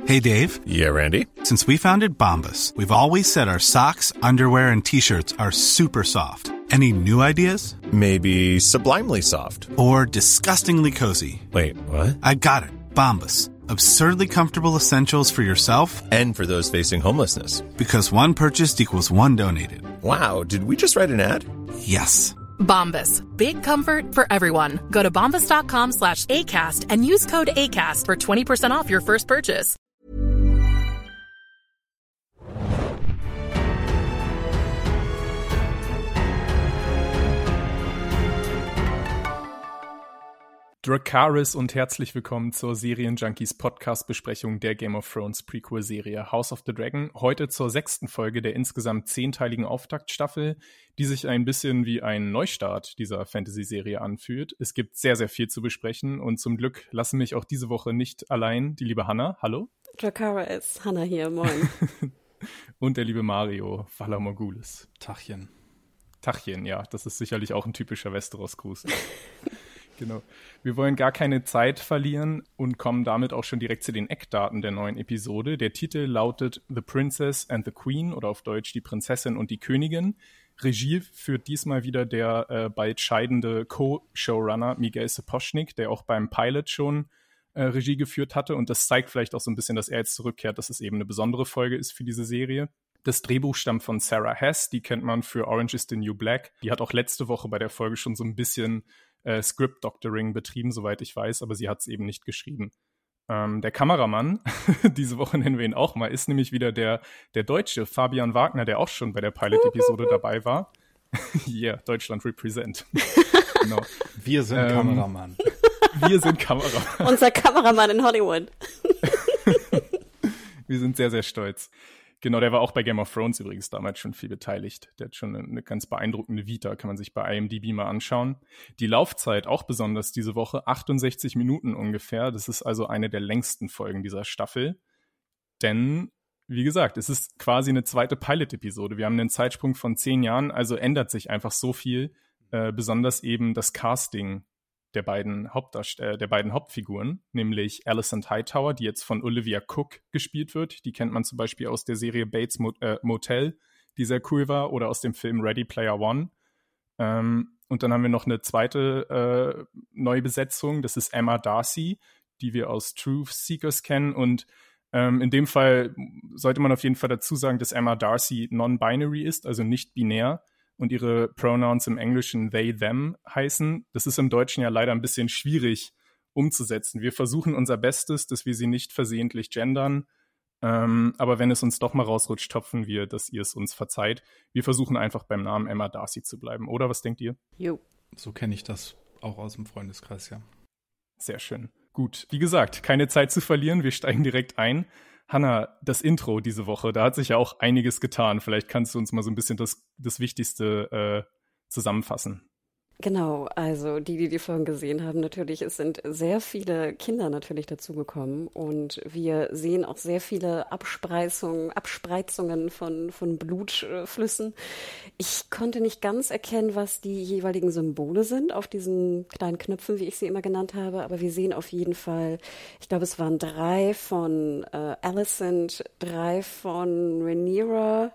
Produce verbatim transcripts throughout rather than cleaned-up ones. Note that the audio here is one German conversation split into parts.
Hey, Dave. Yeah, Randy? Since we founded Bombas, we've always said our socks, underwear, and T-shirts are super soft. Any new ideas? Maybe sublimely soft. Or disgustingly cozy. Wait, what? I got it. Bombas. Absurdly comfortable essentials for yourself and for those facing homelessness. Because one purchased equals one donated. Wow, did we just write an ad? Yes. Bombas. Big comfort for everyone. Go to bombas.com slash ACAST and use code ACAST for twenty percent off your first purchase. Dracarys und herzlich willkommen zur Serienjunkies Podcast-Besprechung der Game of Thrones Prequel-Serie House of the Dragon. Heute zur sechsten Folge der insgesamt zehnteiligen Auftaktstaffel, die sich ein bisschen wie ein Neustart dieser Fantasy-Serie anfühlt. Es gibt sehr, sehr viel zu besprechen und zum Glück lassen mich auch diese Woche nicht allein die liebe Hannah. Hallo. Dracarys, Hannah hier, moin. Und der liebe Mario, Valar Morghulis. Tachchen. Tachchen, ja, das ist sicherlich auch ein typischer Westeros-Gruß. Genau. Wir wollen gar keine Zeit verlieren und kommen damit auch schon direkt zu den Eckdaten der neuen Episode. Der Titel lautet The Princess and the Queen oder auf Deutsch Die Prinzessin und die Königin. Regie führt diesmal wieder der äh, bald scheidende Co-Showrunner Miguel Sapochnik, der auch beim Pilot schon äh, Regie geführt hatte. Und das zeigt vielleicht auch so ein bisschen, dass er jetzt zurückkehrt, dass es eben eine besondere Folge ist für diese Serie. Das Drehbuch stammt von Sarah Hess, die kennt man für Orange is the New Black. Die hat auch letzte Woche bei der Folge schon so ein bisschen Äh, Script-Doctoring betrieben, soweit ich weiß, aber sie hat es eben nicht geschrieben. Ähm, der Kameramann, diese Woche nennen wir ihn auch mal, ist nämlich wieder der, der Deutsche, Fabian Wagner, der auch schon bei der Pilot-Episode dabei war. Yeah, Deutschland represent. Genau. Wir sind ähm, Kameramann. Wir sind Kameramann. Unser Kameramann in Hollywood. Wir sind sehr, sehr stolz. Genau, der war auch bei Game of Thrones übrigens damals schon viel beteiligt. Der hat schon eine, eine ganz beeindruckende Vita, kann man sich bei I M D B mal anschauen. Die Laufzeit auch besonders diese Woche, achtundsechzig Minuten ungefähr. Das ist also eine der längsten Folgen dieser Staffel. Denn, wie gesagt, es ist quasi eine zweite Pilot-Episode. Wir haben einen Zeitsprung von zehn Jahren, also ändert sich einfach so viel. Äh, besonders eben das Casting der beiden, Hauptdarst- äh, der beiden Hauptfiguren, nämlich Alicent Hightower, die jetzt von Olivia Cooke gespielt wird. Die kennt man zum Beispiel aus der Serie Bates Mo- äh, Motel, die sehr cool war, oder aus dem Film Ready Player One. Ähm, und dann haben wir noch eine zweite äh, Neubesetzung, das ist Emma Darcy, die wir aus Truth Seekers kennen. Und ähm, in dem Fall sollte man auf jeden Fall dazu sagen, dass Emma Darcy non-binary ist, also nicht binär. Und ihre Pronouns im Englischen they, them heißen. Das ist im Deutschen ja leider ein bisschen schwierig umzusetzen. Wir versuchen unser Bestes, dass wir sie nicht versehentlich gendern. Ähm, aber wenn es uns doch mal rausrutscht, hoffen wir, dass ihr es uns verzeiht. Wir versuchen einfach beim Namen Emma Darcy zu bleiben. Oder was denkt ihr? Jo. So kenne ich das auch aus dem Freundeskreis, ja. Sehr schön. Gut, wie gesagt, keine Zeit zu verlieren. Wir steigen direkt ein. Hannah, das Intro diese Woche, da hat sich ja auch einiges getan. Vielleicht kannst du uns mal so ein bisschen das, das Wichtigste äh, zusammenfassen. Genau, also die, die die Folgen gesehen haben, natürlich, es sind sehr viele Kinder natürlich dazugekommen und wir sehen auch sehr viele Abspreizungen, Abspreizungen von, von Blutflüssen. Ich konnte nicht ganz erkennen, was die jeweiligen Symbole sind auf diesen kleinen Knöpfen, wie ich sie immer genannt habe, aber wir sehen auf jeden Fall, ich glaube, es waren drei von äh, Alicent, drei von Rhaenyra,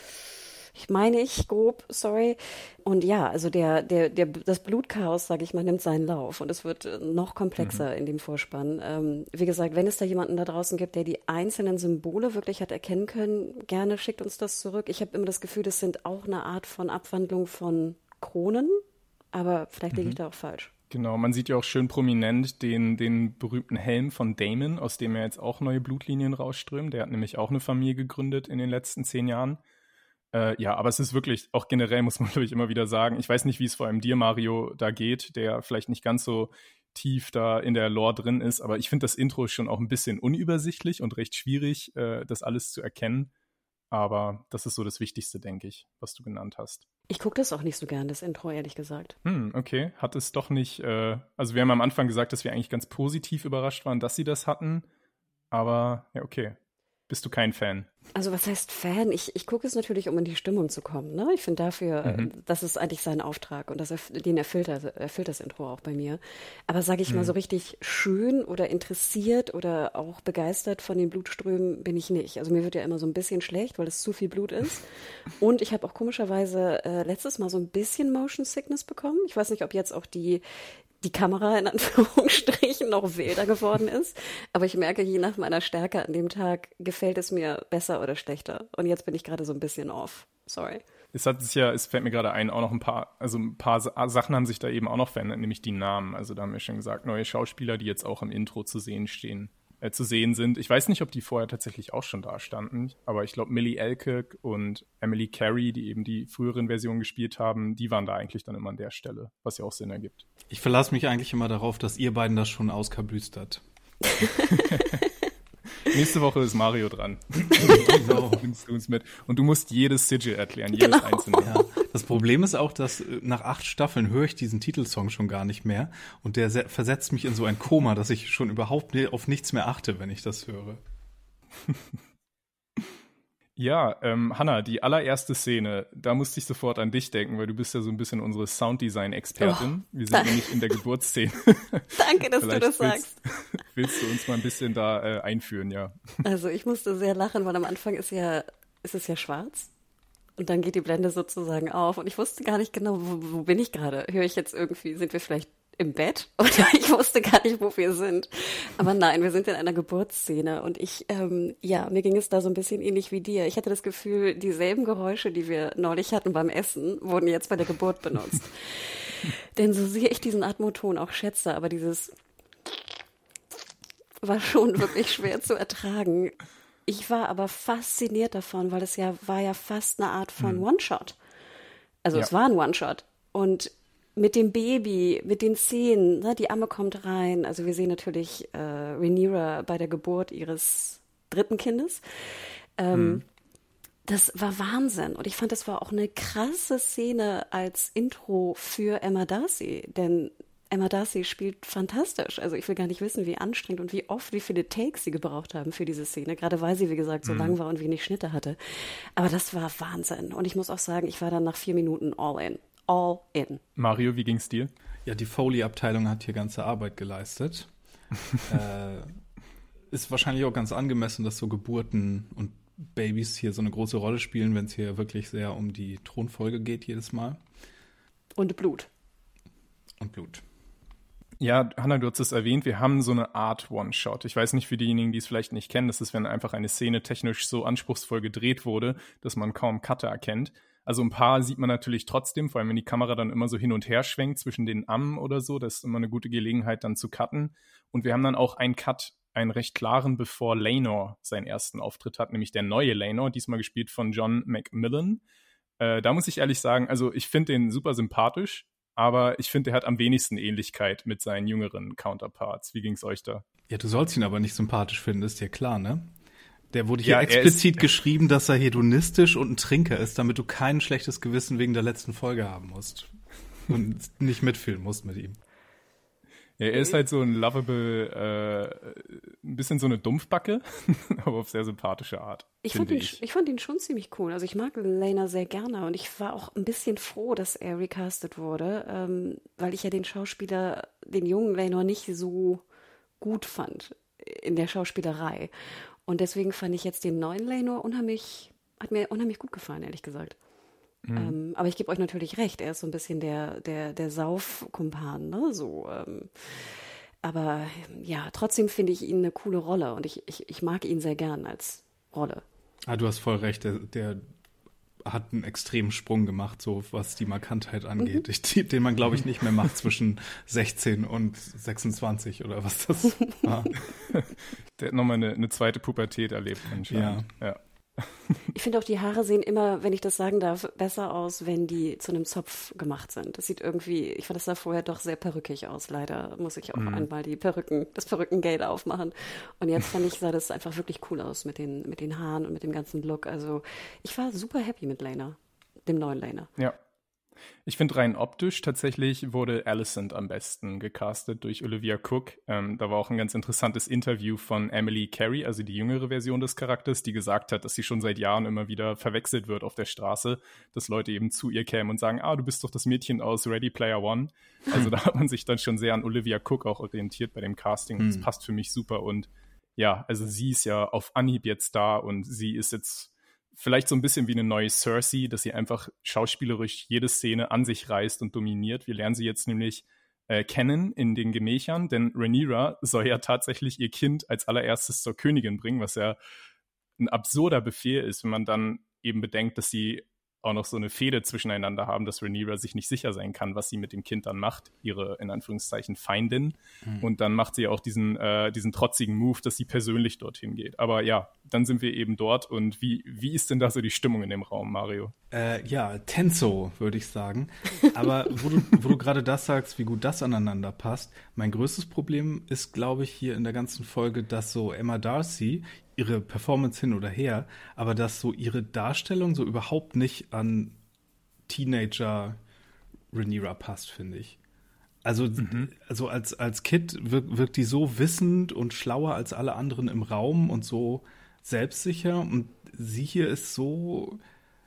ich meine ich, grob, sorry. Und ja, also der, der, der, das Blutchaos, sage ich mal, nimmt seinen Lauf und es wird noch komplexer mhm. in dem Vorspann. Ähm, wie gesagt, wenn es da jemanden da draußen gibt, der die einzelnen Symbole wirklich hat erkennen können, gerne schickt uns das zurück. Ich habe immer das Gefühl, das sind auch eine Art von Abwandlung von Kronen, aber vielleicht liege mhm. ich da auch falsch. Genau, man sieht ja auch schön prominent den, den berühmten Helm von Daemon, aus dem ja jetzt auch neue Blutlinien rausströmen. Der hat nämlich auch eine Familie gegründet in den letzten zehn Jahren. Äh, ja, aber es ist wirklich, auch generell muss man, glaube ich, immer wieder sagen, ich weiß nicht, wie es vor allem dir, Mario, da geht, der vielleicht nicht ganz so tief da in der Lore drin ist, aber ich finde das Intro schon auch ein bisschen unübersichtlich und recht schwierig, äh, das alles zu erkennen. Aber das ist so das Wichtigste, denke ich, was du genannt hast. Ich gucke das auch nicht so gern, das Intro, ehrlich gesagt. Hm, okay. Hat es doch nicht, äh, also wir haben am Anfang gesagt, dass wir eigentlich ganz positiv überrascht waren, dass sie das hatten, aber ja, okay. bist du kein Fan? Also was heißt Fan? Ich, ich gucke es natürlich, um in die Stimmung zu kommen. Ne? Ich finde dafür, mhm. äh, das ist eigentlich sein Auftrag und das erf- den erfüllt, er, erfüllt das Intro auch bei mir. Aber sage ich mhm. mal so richtig schön oder interessiert oder auch begeistert von den Blutströmen bin ich nicht. Also mir wird ja immer so ein bisschen schlecht, weil es zu viel Blut ist. Und ich habe auch komischerweise äh, letztes Mal so ein bisschen Motion Sickness bekommen. Ich weiß nicht, ob jetzt auch die die Kamera in Anführungsstrichen noch wilder geworden ist. Aber ich merke, je nach meiner Stärke an dem Tag gefällt es mir besser oder schlechter. Und jetzt bin ich gerade so ein bisschen off. Sorry. Es hat sich ja, es fällt mir gerade ein, auch noch ein paar, also ein paar Sachen haben sich da eben auch noch verändert, nämlich die Namen. Also da haben wir schon gesagt, neue Schauspieler, die jetzt auch im Intro zu sehen stehen, äh, zu sehen sind. Ich weiß nicht, ob die vorher tatsächlich auch schon da standen, aber ich glaube, Millie Alcock und Emily Carey, die eben die früheren Versionen gespielt haben, die waren da eigentlich dann immer an der Stelle, was ja auch Sinn ergibt. Ich verlasse mich eigentlich immer darauf, dass ihr beiden das schon auskabüstert. Nächste Woche ist Mario dran. Genau. Nimmst du uns mit. Und du musst jedes Sigil erklären, jedes Genau. einzelne. Ja, das Problem ist auch, dass äh, nach acht Staffeln höre ich diesen Titelsong schon gar nicht mehr. Und der se- versetzt mich in so ein Koma, dass ich schon überhaupt ni- auf nichts mehr achte, wenn ich das höre. Ja, ähm, Hannah, die allererste Szene, da musste ich sofort an dich denken, weil du bist ja so ein bisschen unsere Sounddesign-Expertin. Oh, Wir sind danke. nämlich in der Geburtsszene. Danke, dass du Vielleicht das willst, sagst. Willst du uns mal ein bisschen da äh, einführen, ja? Also ich musste sehr lachen, weil am Anfang ist ja, ist es ja schwarz. Und dann geht die Blende sozusagen auf. Und ich wusste gar nicht genau, wo, wo bin ich gerade? Höre ich jetzt irgendwie, sind wir vielleicht im Bett? Oder ich wusste gar nicht, wo wir sind. Aber nein, wir sind in einer Geburtsszene. Und ich, ähm, ja, mir ging es da so ein bisschen ähnlich wie dir. Ich hatte das Gefühl, dieselben Geräusche, die wir neulich hatten beim Essen, wurden jetzt bei der Geburt benutzt. Denn so sehr ich diesen Atmoton auch schätze, aber dieses war schon wirklich schwer zu ertragen. Ich war aber fasziniert davon, weil es ja war ja fast eine Art von One-Shot. Also Ja. es war ein One-Shot. Und mit dem Baby, mit den Szenen, ne, die Amme kommt rein. Also wir sehen natürlich äh, Rhaenyra bei der Geburt ihres dritten Kindes. Ähm, Das war Wahnsinn. Und ich fand, das war auch eine krasse Szene als Intro für Emma Darcy. Denn Emma Darcy spielt fantastisch. Also ich will gar nicht wissen, wie anstrengend und wie oft, wie viele Takes sie gebraucht haben für diese Szene. Gerade weil sie, wie gesagt, so Mhm. lang war und wenig Schnitte hatte. Aber das war Wahnsinn. Und ich muss auch sagen, ich war dann nach vier Minuten all in. All in. Mario, wie ging's dir? Ja, die Foley-Abteilung hat hier ganze Arbeit geleistet. äh, ist wahrscheinlich auch ganz angemessen, dass so Geburten und Babys hier so eine große Rolle spielen, wenn es hier wirklich sehr um die Thronfolge geht jedes Mal. Und Blut. Und Blut. Ja, Hannah, du hast es erwähnt, wir haben so eine Art One-Shot. Ich weiß nicht, für diejenigen, die es vielleicht nicht kennen, das ist, wenn einfach eine Szene technisch so anspruchsvoll gedreht wurde, dass man kaum Cutter erkennt. Also ein paar sieht man natürlich trotzdem, vor allem wenn die Kamera dann immer so hin und her schwenkt zwischen den Ammen oder so. Das ist immer eine gute Gelegenheit, dann zu cutten. Und wir haben dann auch einen Cut, einen recht klaren, bevor Laenor seinen ersten Auftritt hat, nämlich der neue Laenor, diesmal gespielt von John McMillan. Äh, da muss ich ehrlich sagen, also ich finde den super sympathisch, aber ich finde, er hat am wenigsten Ähnlichkeit mit seinen jüngeren Counterparts. Wie ging's euch da? Ja, du sollst ihn aber nicht sympathisch finden, ist dir klar, ne? Der wurde hier Ja, er explizit geschrieben, dass er hedonistisch und ein Trinker ist, damit du kein schlechtes Gewissen wegen der letzten Folge haben musst. Und nicht mitfühlen musst mit ihm. Ja, er ist halt so ein lovable, äh, ein bisschen so eine Dumpfbacke, aber auf sehr sympathische Art. Ich fand, finde ihn, ich fand ihn schon ziemlich cool. Also ich mag Laena sehr gerne und ich war auch ein bisschen froh, dass er recastet wurde, ähm, weil ich ja den Schauspieler, den jungen Laenor nicht so gut fand in der Schauspielerei. Und deswegen fand ich jetzt den neuen Laenor unheimlich, hat mir unheimlich gut gefallen, ehrlich gesagt. Mhm. Ähm, aber ich gebe euch natürlich recht, er ist so ein bisschen der, der, der Saufkumpan, ne, so, ähm, aber ja, trotzdem finde ich ihn eine coole Rolle und ich, ich, ich mag ihn sehr gern als Rolle. Ah, du hast voll recht, der, der hat einen extremen Sprung gemacht, so was die Markantheit angeht, mhm. ich, den man, glaube ich, nicht mehr macht zwischen sechzehn und sechsundzwanzig oder was das war. Der hat nochmal eine, eine zweite Pubertät erlebt anscheinend. Ja. ja. Ich finde auch, die Haare sehen immer, wenn ich das sagen darf, besser aus, wenn die zu einem Zopf gemacht sind. Das sieht irgendwie, ich fand das sah vorher doch sehr perückig aus. Leider muss ich auch mhm. einmal die Perücken, das Perückengate aufmachen. Und jetzt fand ich, sah das einfach wirklich cool aus mit den, mit den Haaren und mit dem ganzen Look. Also ich war super happy mit Laena, dem neuen Laena. Ja. Ich finde rein optisch tatsächlich wurde Alicent am besten gecastet durch Olivia Cook. Ähm, da war auch ein ganz interessantes Interview von Emily Carey, also die jüngere Version des Charakters, die gesagt hat, dass sie schon seit Jahren immer wieder verwechselt wird auf der Straße, dass Leute eben zu ihr kämen und sagen, ah, du bist doch das Mädchen aus Ready Player One. Also da hat man sich dann schon sehr an Olivia Cook auch orientiert bei dem Casting. Und das passt für mich super. Und ja, also sie ist ja auf Anhieb jetzt da und sie ist jetzt vielleicht so ein bisschen wie eine neue Cersei, dass sie einfach schauspielerisch jede Szene an sich reißt und dominiert. Wir lernen sie jetzt nämlich äh, kennen in den Gemächern, denn Rhaenyra soll ja tatsächlich ihr Kind als allererstes zur Königin bringen, was ja ein absurder Befehl ist, wenn man dann eben bedenkt, dass sie auch noch so eine Fehde zwischeneinander haben, dass Rhaenyra sich nicht sicher sein kann, was sie mit dem Kind dann macht, ihre, in Anführungszeichen, Feindin. Mhm. Und dann macht sie auch diesen, äh, diesen trotzigen Move, dass sie persönlich dorthin geht. Aber ja, dann sind wir eben dort. Und wie, wie ist denn da so die Stimmung in dem Raum, Mario? Äh, ja, tenso, würde ich sagen. Aber wo du, wo du gerade das sagst, wie gut das aneinander passt, mein größtes Problem ist, glaube ich, hier in der ganzen Folge, dass so Emma Darcy, ihre Performance hin oder her, aber dass so ihre Darstellung so überhaupt nicht an Teenager Rhaenyra passt, finde ich. Also, mhm. also als, als Kid wirkt, wirkt die so wissend und schlauer als alle anderen im Raum und so selbstsicher. Und sie hier ist so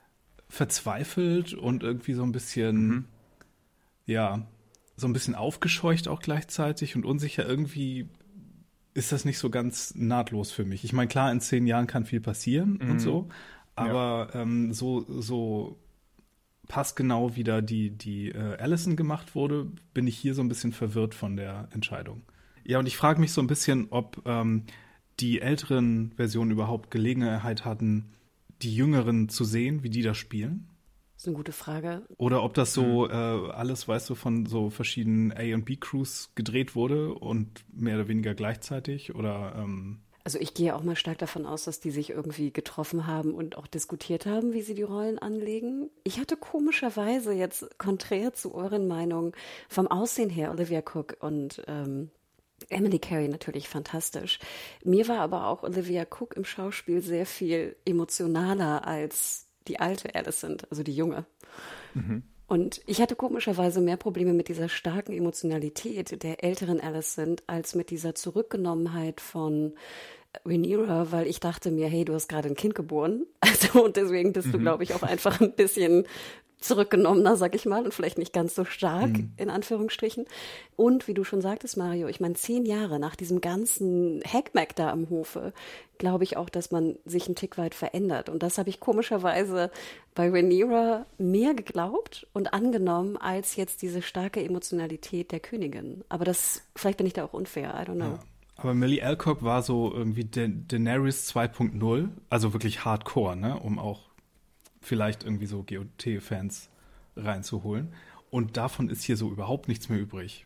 verzweifelt und irgendwie so ein bisschen, mhm. ja, so ein bisschen aufgescheucht auch gleichzeitig und unsicher. Irgendwie ist das nicht so ganz nahtlos für mich. Ich meine, klar, in zehn Jahren kann viel passieren mhm. und so, aber ja. ähm, so, so passgenau wieder die, die äh, Alicent gemacht wurde, bin ich hier so ein bisschen verwirrt von der Entscheidung. Ja, und ich frage mich so ein bisschen, ob ähm, die älteren Versionen überhaupt Gelegenheit hatten, die Jüngeren zu sehen, wie die da spielen. Das ist eine gute Frage. Oder ob das so mhm. äh, alles, weißt du, von so verschiedenen A- und B-Crews gedreht wurde und mehr oder weniger gleichzeitig oder ähm Also ich gehe auch mal stark davon aus, dass die sich irgendwie getroffen haben und auch diskutiert haben, wie sie die Rollen anlegen. Ich hatte komischerweise jetzt konträr zu euren Meinungen vom Aussehen her Olivia Cook und ähm, Emily Carey natürlich fantastisch. Mir war aber auch Olivia Cook im Schauspiel sehr viel emotionaler als die alte Alicent, also die junge. Mhm. Und ich hatte komischerweise mehr Probleme mit dieser starken Emotionalität der älteren Alicent als mit dieser Zurückgenommenheit von Rhaenyra, weil ich dachte mir, hey, du hast gerade ein Kind geboren. Also und deswegen bist mhm. du, glaube ich, auch einfach ein bisschen zurückgenommener, sag ich mal, und vielleicht nicht ganz so stark, mhm. in Anführungsstrichen. Und wie du schon sagtest, Mario, ich meine, zehn Jahre nach diesem ganzen Hackmack da am Hofe, glaube ich auch, dass man sich einen Tick weit verändert. Und das habe ich komischerweise bei Rhaenyra mehr geglaubt und angenommen, als jetzt diese starke Emotionalität der Königin. Aber das, vielleicht bin ich da auch unfair, I don't know. Ja. Aber Millie Alcock war so irgendwie Da- Daenerys zwei Punkt null, also wirklich hardcore, ne, um auch vielleicht irgendwie so G O T-Fans reinzuholen. Und davon ist hier so überhaupt nichts mehr übrig.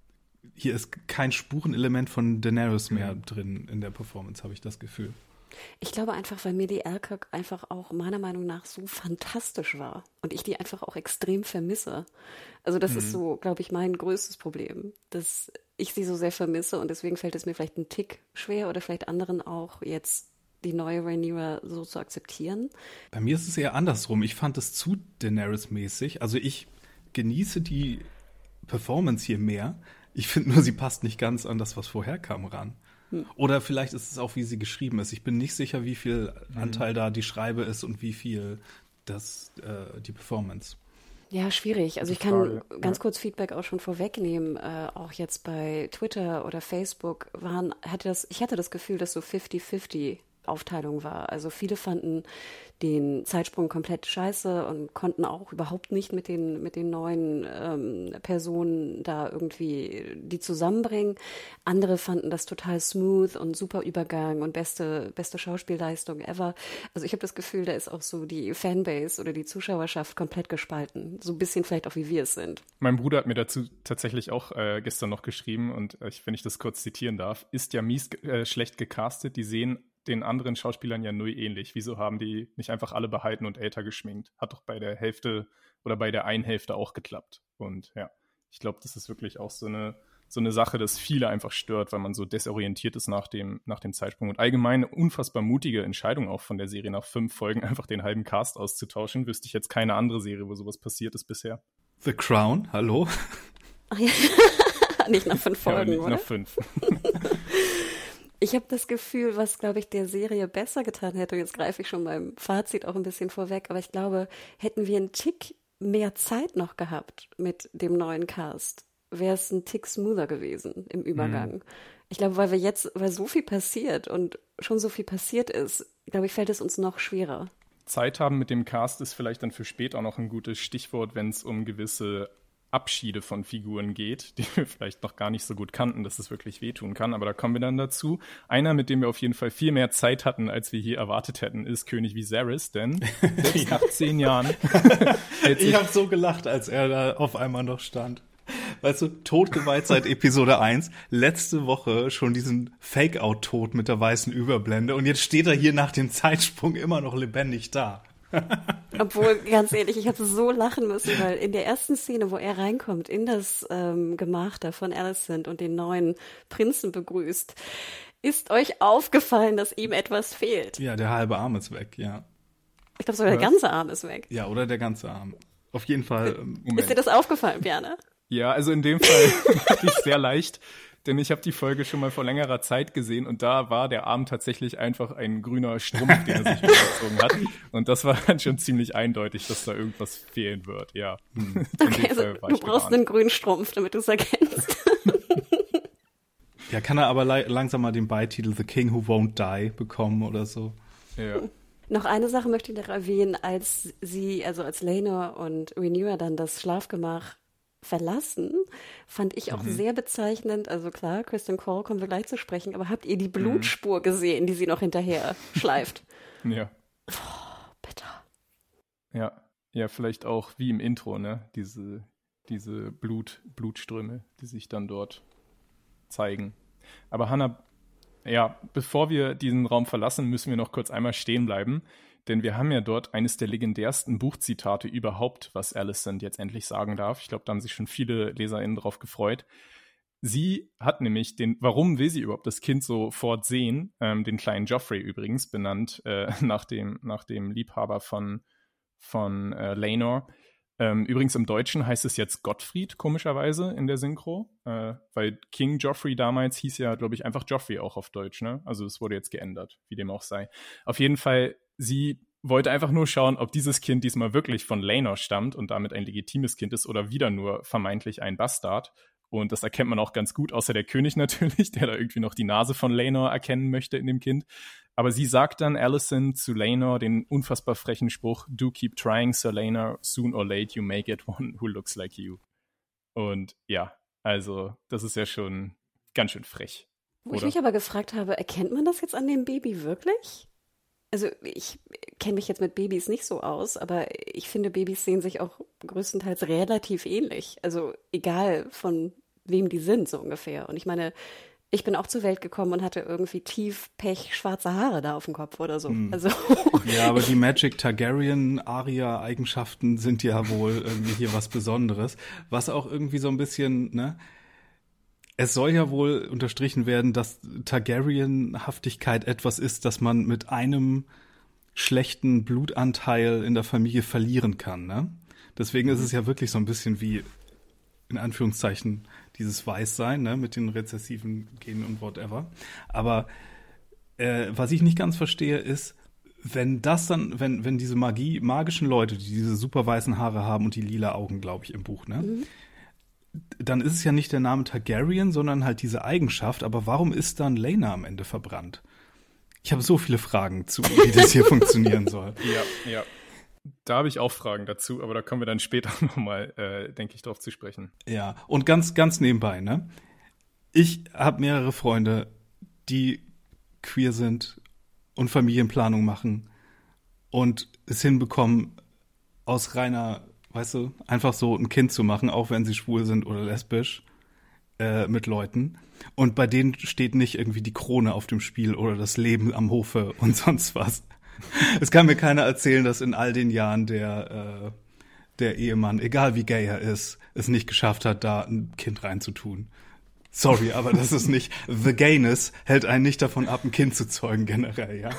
Hier ist kein Spurenelement von Daenerys mehr mhm. drin in der Performance, habe ich das Gefühl. Ich glaube einfach, weil Millie Alcock einfach auch meiner Meinung nach so fantastisch war und ich die einfach auch extrem vermisse. Also das mhm. ist so, glaube ich, mein größtes Problem, dass ich sie so sehr vermisse und deswegen fällt es mir vielleicht ein Tick schwer oder vielleicht anderen auch jetzt die neue Rhaenyra so zu akzeptieren. Bei mir ist es eher andersrum. Ich fand es zu Daenerys-mäßig. Also ich genieße die Performance hier mehr. Ich finde nur, sie passt nicht ganz an das, was vorher kam, ran. Hm. Oder vielleicht ist es auch, wie sie geschrieben ist. Ich bin nicht sicher, wie viel Anteil hm. da die Schreibe ist und wie viel das äh, die Performance. Ja, schwierig. Also ich kann ganz kurz Feedback auch schon vorwegnehmen. Äh, auch jetzt bei Twitter oder Facebook waren, hatte das, ich hatte das Gefühl, dass so fifty fifty Aufteilung war. Also viele fanden den Zeitsprung komplett scheiße und konnten auch überhaupt nicht mit den mit den neuen ähm, Personen da irgendwie die zusammenbringen. Andere fanden das total smooth und super Übergang und beste beste Schauspielleistung ever. Also ich habe das Gefühl, da ist auch so die Fanbase oder die Zuschauerschaft komplett gespalten. So ein bisschen vielleicht auch, wie wir es sind. Mein Bruder hat mir dazu tatsächlich auch äh, gestern noch geschrieben und äh, wenn ich das kurz zitieren darf, ist ja mies äh, schlecht gecastet. Die sehen den anderen Schauspielern ja null ähnlich. Wieso haben die nicht einfach alle behalten und älter geschminkt? Hat doch bei der Hälfte oder bei der einen Hälfte auch geklappt. Und ja, ich glaube, das ist wirklich auch so eine so eine Sache, dass viele einfach stört, weil man so desorientiert ist nach dem, nach dem Zeitsprung. Und allgemein eine unfassbar mutige Entscheidung auch von der Serie, nach fünf Folgen einfach den halben Cast auszutauschen. Wüsste ich jetzt keine andere Serie, wo sowas passiert ist bisher. The Crown, hallo? Ach ja. Nicht nach fünf Folgen, ja, nicht oder? nach fünf. Ich habe das Gefühl, was, glaube ich, der Serie besser getan hätte, und jetzt greife ich schon beim Fazit auch ein bisschen vorweg, aber ich glaube, hätten wir einen Tick mehr Zeit noch gehabt mit dem neuen Cast, wäre es ein Tick smoother gewesen im Übergang. Mhm. Ich glaube, weil wir jetzt, weil so viel passiert und schon so viel passiert ist, glaube ich, fällt es uns noch schwerer. Zeit haben mit dem Cast ist vielleicht dann für später auch noch ein gutes Stichwort, wenn es um gewisse Abschiede von Figuren geht, die wir vielleicht noch gar nicht so gut kannten, dass es wirklich wehtun kann, aber da kommen wir dann dazu. Einer, mit dem wir auf jeden Fall viel mehr Zeit hatten, als wir hier erwartet hätten, ist König Viserys, denn selbst nach zehn Jahren ich habe so gelacht, als er da auf einmal noch stand. Weißt du, totgeweiht seit Episode eins, letzte Woche schon diesen Fake-Out-Tod mit der weißen Überblende und jetzt steht er hier nach dem Zeitsprung immer noch lebendig da. Obwohl, ganz ehrlich, ich habe so lachen müssen, weil in der ersten Szene, wo er reinkommt, in das ähm, Gemach da von Alicent und den neuen Prinzen begrüßt, ist euch aufgefallen, dass ihm etwas fehlt? Ja, der halbe Arm ist weg, ja. Ich glaube sogar, der ganze Arm ist weg. Ja, oder der ganze Arm. Auf jeden Fall. Moment. Ist dir das aufgefallen, Bjarne? Ja, also in dem Fall wirklich sehr leicht, denn ich habe die Folge schon mal vor längerer Zeit gesehen und da war der Arm tatsächlich einfach ein grüner Strumpf, den er sich übergezogen hat. Und das war dann schon ziemlich eindeutig, dass da irgendwas fehlen wird, ja. Hm. Okay, also du brauchst gewarnt. einen grünen Strumpf, damit du es erkennst. Ja, kann er aber le- langsam mal den Beititel The King Who Won't Die bekommen oder so. Ja. Noch eine Sache möchte ich noch erwähnen, als sie, also als Laenor und Rhaenyra dann das Schlafgemach verlassen, fand ich auch mhm. sehr bezeichnend. Also klar, Kristen Cole kommen wir gleich zu sprechen, aber habt ihr die Blutspur mhm. gesehen, die sie noch hinterher schleift? Ja. Oh, bitter. Ja, ja, vielleicht auch wie im Intro, ne? Diese, diese Blut, Blutströme, die sich dann dort zeigen. Aber Hannah, ja, bevor wir diesen Raum verlassen, müssen wir noch kurz einmal stehen bleiben. Denn wir haben ja dort eines der legendärsten Buchzitate überhaupt, was Alicent jetzt endlich sagen darf. Ich glaube, da haben sich schon viele LeserInnen drauf gefreut. Sie hat nämlich den, warum will sie überhaupt das Kind sofort sehen, ähm, den kleinen Joffrey übrigens, benannt äh, nach dem, nach dem Liebhaber von, von äh, Laenor. Ähm, übrigens im Deutschen heißt es jetzt Gottfried, komischerweise, in der Synchro. Äh, weil King Joffrey damals hieß ja, glaube ich, einfach Joffrey auch auf Deutsch, ne? Also es wurde jetzt geändert, wie dem auch sei. Auf jeden Fall, sie wollte einfach nur schauen, ob dieses Kind diesmal wirklich von Laenor stammt und damit ein legitimes Kind ist oder wieder nur vermeintlich ein Bastard. Und das erkennt man auch ganz gut, außer der König natürlich, der da irgendwie noch die Nase von Laenor erkennen möchte in dem Kind. Aber sie sagt dann Alicent zu Laenor den unfassbar frechen Spruch, "Do keep trying, Sir Laenor, soon or late you may get one who looks like you." Und ja, also das ist ja schon ganz schön frech. Wo ich mich aber gefragt habe, erkennt man das jetzt an dem Baby wirklich? Also ich kenne mich jetzt mit Babys nicht so aus, aber ich finde, Babys sehen sich auch größtenteils relativ ähnlich. Also egal von wem die sind, so ungefähr. Und ich meine, ich bin auch zur Welt gekommen und hatte irgendwie tief Pech, schwarze Haare da auf dem Kopf oder so. Hm. Also ja, aber die Magic Targaryen-Aria-Eigenschaften sind ja wohl irgendwie hier was Besonderes. Was auch irgendwie so ein bisschen, ne? Es soll ja wohl unterstrichen werden, dass Targaryen-Haftigkeit etwas ist, das man mit einem schlechten Blutanteil in der Familie verlieren kann, ne? Deswegen ist es ja wirklich so ein bisschen wie, in Anführungszeichen, dieses Weißsein, ne, mit den rezessiven Genen und whatever. Aber äh, was ich nicht ganz verstehe, ist, wenn das dann, wenn wenn diese Magie, magischen Leute, die diese super weißen Haare haben und die lila Augen, glaube ich, im Buch, ne, mhm. dann ist es ja nicht der Name Targaryen, sondern halt diese Eigenschaft. Aber warum ist dann Laenor am Ende verbrannt? Ich habe so viele Fragen zu, wie das hier funktionieren soll. Ja, ja. Da habe ich auch Fragen dazu, aber da kommen wir dann später nochmal, äh, denke ich, drauf zu sprechen. Ja, und ganz, ganz nebenbei, ne? Ich habe mehrere Freunde, die queer sind und Familienplanung machen und es hinbekommen, aus reiner, weißt du, einfach so ein Kind zu machen, auch wenn sie schwul sind oder lesbisch, äh, mit Leuten. Und bei denen steht nicht irgendwie die Krone auf dem Spiel oder das Leben am Hofe und sonst was. Es kann mir keiner erzählen, dass in all den Jahren der, äh, der Ehemann, egal wie gay er ist, es nicht geschafft hat, da ein Kind reinzutun. Sorry, aber das ist nicht, the gayness hält einen nicht davon ab, ein Kind zu zeugen generell, ja.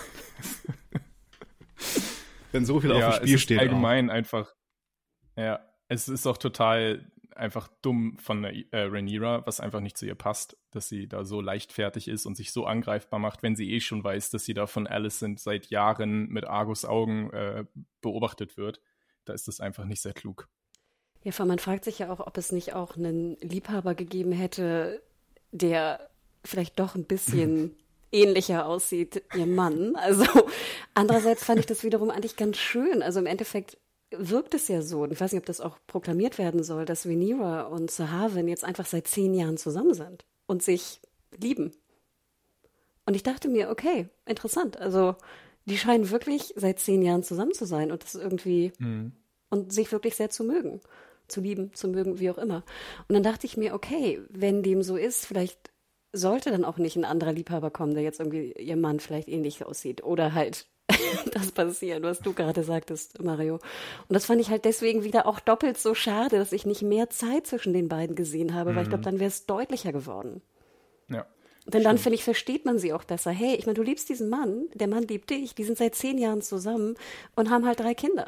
Wenn so viel ja, auf dem Spiel es ist steht. Allgemein auch. einfach, ja, es ist auch total einfach dumm von äh, Rhaenyra, was einfach nicht zu ihr passt, dass sie da so leichtfertig ist und sich so angreifbar macht, wenn sie eh schon weiß, dass sie da von Alicent seit Jahren mit Argus Augen äh, beobachtet wird. Da ist das einfach nicht sehr klug. Ja, vor allem man fragt sich ja auch, ob es nicht auch einen Liebhaber gegeben hätte, der vielleicht doch ein bisschen ähnlicher aussieht, ihr Mann. Also andererseits fand ich das wiederum eigentlich ganz schön. Also im Endeffekt wirkt es ja so, und ich weiß nicht, ob das auch proklamiert werden soll, dass Rhaenyra und Sir Harwin jetzt einfach seit zehn Jahren zusammen sind und sich lieben. Und ich dachte mir, okay, interessant. Also die scheinen wirklich seit zehn Jahren zusammen zu sein und das irgendwie mhm. und sich wirklich sehr zu mögen. Zu lieben, zu mögen, wie auch immer. Und dann dachte ich mir, okay, wenn dem so ist, vielleicht sollte dann auch nicht ein anderer Liebhaber kommen, der jetzt irgendwie ihr Mann vielleicht ähnlich aussieht. Oder halt das passieren, was du gerade sagtest, Mario. Und das fand ich halt deswegen wieder auch doppelt so schade, dass ich nicht mehr Zeit zwischen den beiden gesehen habe, mhm. weil ich glaube, dann wäre es deutlicher geworden. Ja. Denn dann, finde ich, versteht man sie auch besser. Hey, ich meine, du liebst diesen Mann, der Mann liebt dich, die sind seit zehn Jahren zusammen und haben halt drei Kinder.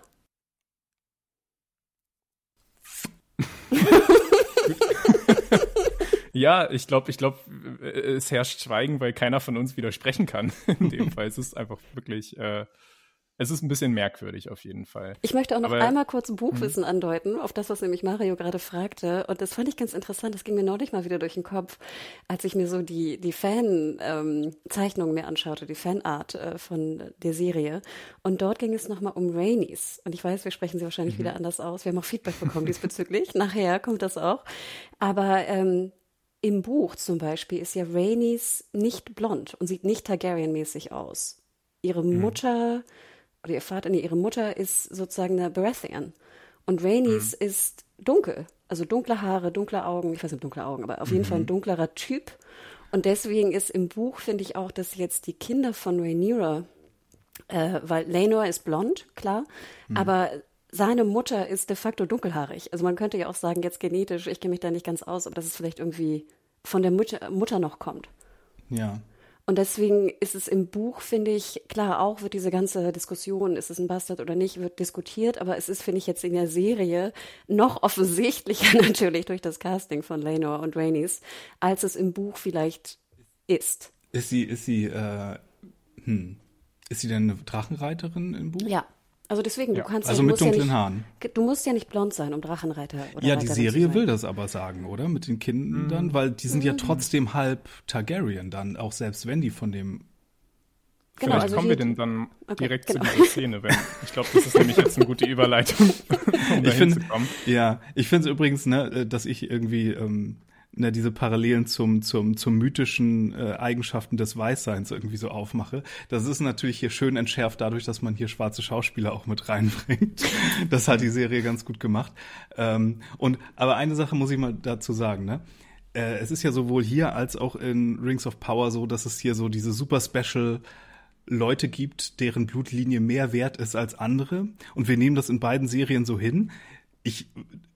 Ja, ich glaube, ich glaube, es herrscht Schweigen, weil keiner von uns widersprechen kann. In dem Fall es ist einfach wirklich, äh, es ist ein bisschen merkwürdig auf jeden Fall. Ich möchte auch noch Aber, einmal kurz Buchwissen hm. andeuten, auf das, was nämlich Mario gerade fragte. Und das fand ich ganz interessant, das ging mir neulich mal wieder durch den Kopf, als ich mir so die, die Fan-Zeichnungen mir anschaute, die Fanart äh, von der Serie. Und dort ging es nochmal um Rhaenys. Und ich weiß, wir sprechen sie wahrscheinlich mhm. wieder anders aus. Wir haben auch Feedback bekommen diesbezüglich. Nachher kommt das auch. Aber ähm, im Buch zum Beispiel ist ja Rhaenys nicht blond und sieht nicht Targaryen-mäßig aus. Ihre mhm. Mutter... oder ihr Vater, nee, ihre Mutter ist sozusagen eine Baratheon. Und Rhaenys mhm. ist dunkel. Also dunkle Haare, dunkle Augen. Ich weiß nicht, dunkle Augen, aber auf jeden mhm. Fall ein dunklerer Typ. Und deswegen ist im Buch, finde ich auch, dass jetzt die Kinder von Rhaenyra, äh, weil Laenor ist blond, klar, mhm. aber seine Mutter ist de facto dunkelhaarig. Also man könnte ja auch sagen, jetzt genetisch, ich kenne mich da nicht ganz aus, aber dass es vielleicht irgendwie von der Mutter, Mutter noch kommt. Ja. Und deswegen ist es im Buch, finde ich, klar, auch wird diese ganze Diskussion, ist es ein Bastard oder nicht, wird diskutiert, aber es ist, finde ich, jetzt in der Serie noch offensichtlicher natürlich durch das Casting von Laenor und Rhaenys, als es im Buch vielleicht ist. Ist sie, ist sie, äh, hm, ist sie denn eine Drachenreiterin im Buch? Ja. Also deswegen, ja. du kannst also ja, mit dunklen ja nicht, Haaren. Du musst ja nicht blond sein, um Drachenreiter oder Ja, Reiterin die zu Serie sein. will das aber sagen, oder? Mit den Kindern, mhm. weil die sind ja trotzdem halb Targaryen dann, auch selbst wenn die von dem... Genau, Vielleicht also kommen wir denn dann okay, direkt genau. zu dieser Szene, wenn ich glaube, das ist nämlich jetzt eine gute Überleitung, um da hinzukommen. Ja, ich finde es übrigens, ne, dass ich irgendwie ähm, ne, diese Parallelen zum zum zum mythischen äh, Eigenschaften des Weißseins irgendwie so aufmache. Das ist natürlich hier schön entschärft dadurch, dass man hier schwarze Schauspieler auch mit reinbringt. Das hat die Serie ganz gut gemacht. Ähm, und aber eine Sache muss ich mal dazu sagen, ne? Äh, es ist ja sowohl hier als auch in Rings of Power so, dass es hier so diese super Special Leute gibt, deren Blutlinie mehr wert ist als andere. Und wir nehmen das in beiden Serien so hin. Ich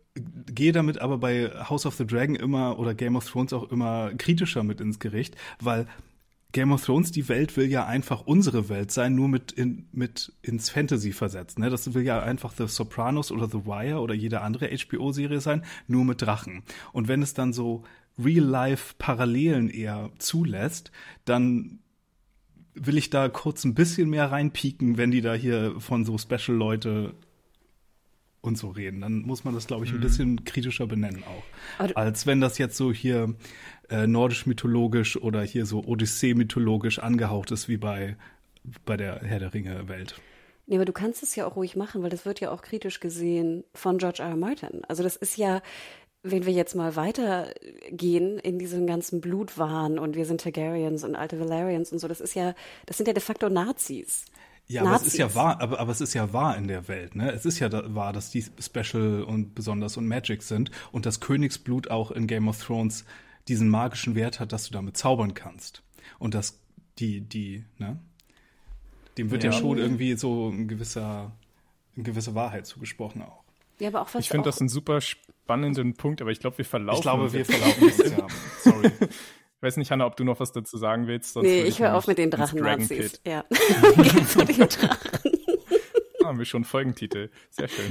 gehe damit aber bei House of the Dragon immer oder Game of Thrones auch immer kritischer mit ins Gericht, weil Game of Thrones, die Welt will ja einfach unsere Welt sein, nur mit, in, mit ins Fantasy versetzt. Ne? Das will ja einfach The Sopranos oder The Wire oder jede andere H B O-Serie sein, nur mit Drachen. Und wenn es dann so Real-Life-Parallelen eher zulässt, dann will ich da kurz ein bisschen mehr reinpieken, wenn die da hier von so Special-Leute und so reden. Dann muss man das, glaube ich, ein bisschen kritischer benennen auch. Aber als wenn das jetzt so hier äh, nordisch-mythologisch oder hier so Odyssee-mythologisch angehaucht ist, wie bei, bei der Herr der Ringe-Welt. Nee, aber du kannst es ja auch ruhig machen, weil das wird ja auch kritisch gesehen von George R. R. Martin. Also das ist ja, wenn wir jetzt mal weitergehen in diesem ganzen Blutwahn und wir sind Targaryens und alte Valerians und so, das ist ja, das sind ja de facto Nazis. Ja, aber es ist ja wahr, aber, aber es ist ja wahr in der Welt, ne? Es ist ja da, wahr, dass die Special und besonders und Magic sind und das Königsblut auch in Game of Thrones diesen magischen Wert hat, dass du damit zaubern kannst. Und dass die, die, ne? Dem wird ja, ja schon irgendwie so ein gewisser, eine gewisse Wahrheit zugesprochen auch. Ja, aber auch was ich finde das ein super spannenden Punkt, aber ich glaube, wir verlaufen Ich glaube, uns wir jetzt. verlaufen uns, ja. Sorry. Ich weiß nicht, Hannah, ob du noch was dazu sagen willst. Sonst Nee, würde ich höre auf mit den nämlich ins Dragon Drachen-Nazis. Pit. Ja. Geht's mit den Drachen. Ah, haben wir schon einen Folgentitel. Sehr schön.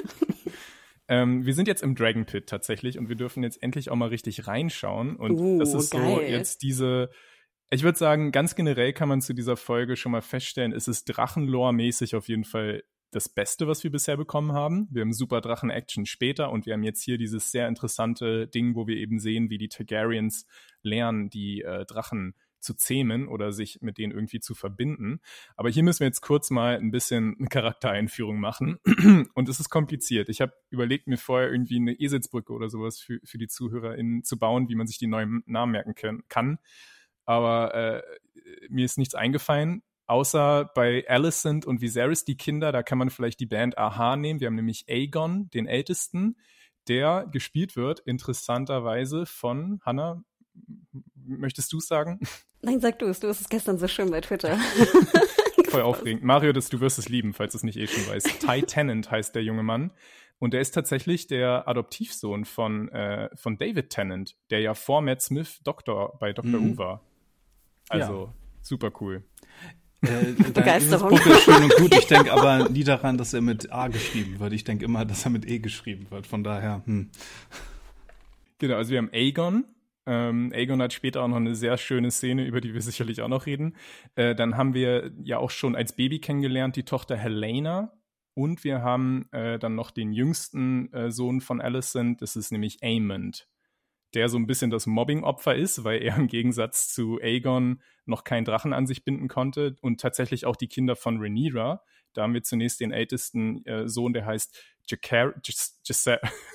ähm, wir sind jetzt im Dragon Pit tatsächlich und wir dürfen jetzt endlich auch mal richtig reinschauen. Und Uh, das ist geil. so jetzt diese, ich würde sagen, ganz generell kann man zu dieser Folge schon mal feststellen, es ist Drachenlore-mäßig auf jeden Fall das Beste, was wir bisher bekommen haben. Wir haben super Drachen-Action später und wir haben jetzt hier dieses sehr interessante Ding, wo wir eben sehen, wie die Targaryens lernen, die äh, Drachen zu zähmen oder sich mit denen irgendwie zu verbinden. Aber hier müssen wir jetzt kurz mal ein bisschen eine Charaktereinführung machen. Und es ist kompliziert. Ich habe überlegt, mir vorher irgendwie eine Eselsbrücke oder sowas für, für die ZuhörerInnen zu bauen, wie man sich die neuen Namen merken können, kann. Aber äh, mir ist nichts eingefallen. Außer bei Alicent und Viserys, die Kinder, da kann man vielleicht die Band Aha nehmen. Wir haben nämlich Aegon, den Ältesten, der gespielt wird, interessanterweise von, Hannah, möchtest du es sagen? Nein, sag du es. Du hast es gestern so schön bei Twitter. Voll aufregend. Mario, das, du wirst es lieben, falls du es nicht eh schon weißt. Ty Tennant heißt der junge Mann. Und der ist tatsächlich der Adoptivsohn von, äh, von David Tennant, der ja vor Matt Smith Doktor bei Doktor Mhm. Who war. Also, Ja. super cool. Äh, Begeisterung. Das ist schön und gut. Ich denke aber nie daran, dass er mit A geschrieben wird. Ich denke immer, dass er mit E geschrieben wird. Von daher, hm. Genau, also wir haben Aegon. Ähm, Aegon hat später auch noch eine sehr schöne Szene, über die wir sicherlich auch noch reden. Äh, dann haben wir ja auch schon als Baby kennengelernt die Tochter Helena. Und wir haben äh, dann noch den jüngsten äh, Sohn von Alicent. Das ist nämlich Aemond, der so ein bisschen das Mobbing-Opfer ist, weil er im Gegensatz zu Aegon noch keinen Drachen an sich binden konnte und tatsächlich auch die Kinder von Rhaenyra. Da haben wir zunächst den ältesten äh, Sohn, der heißt Jacar- Jas- Jas-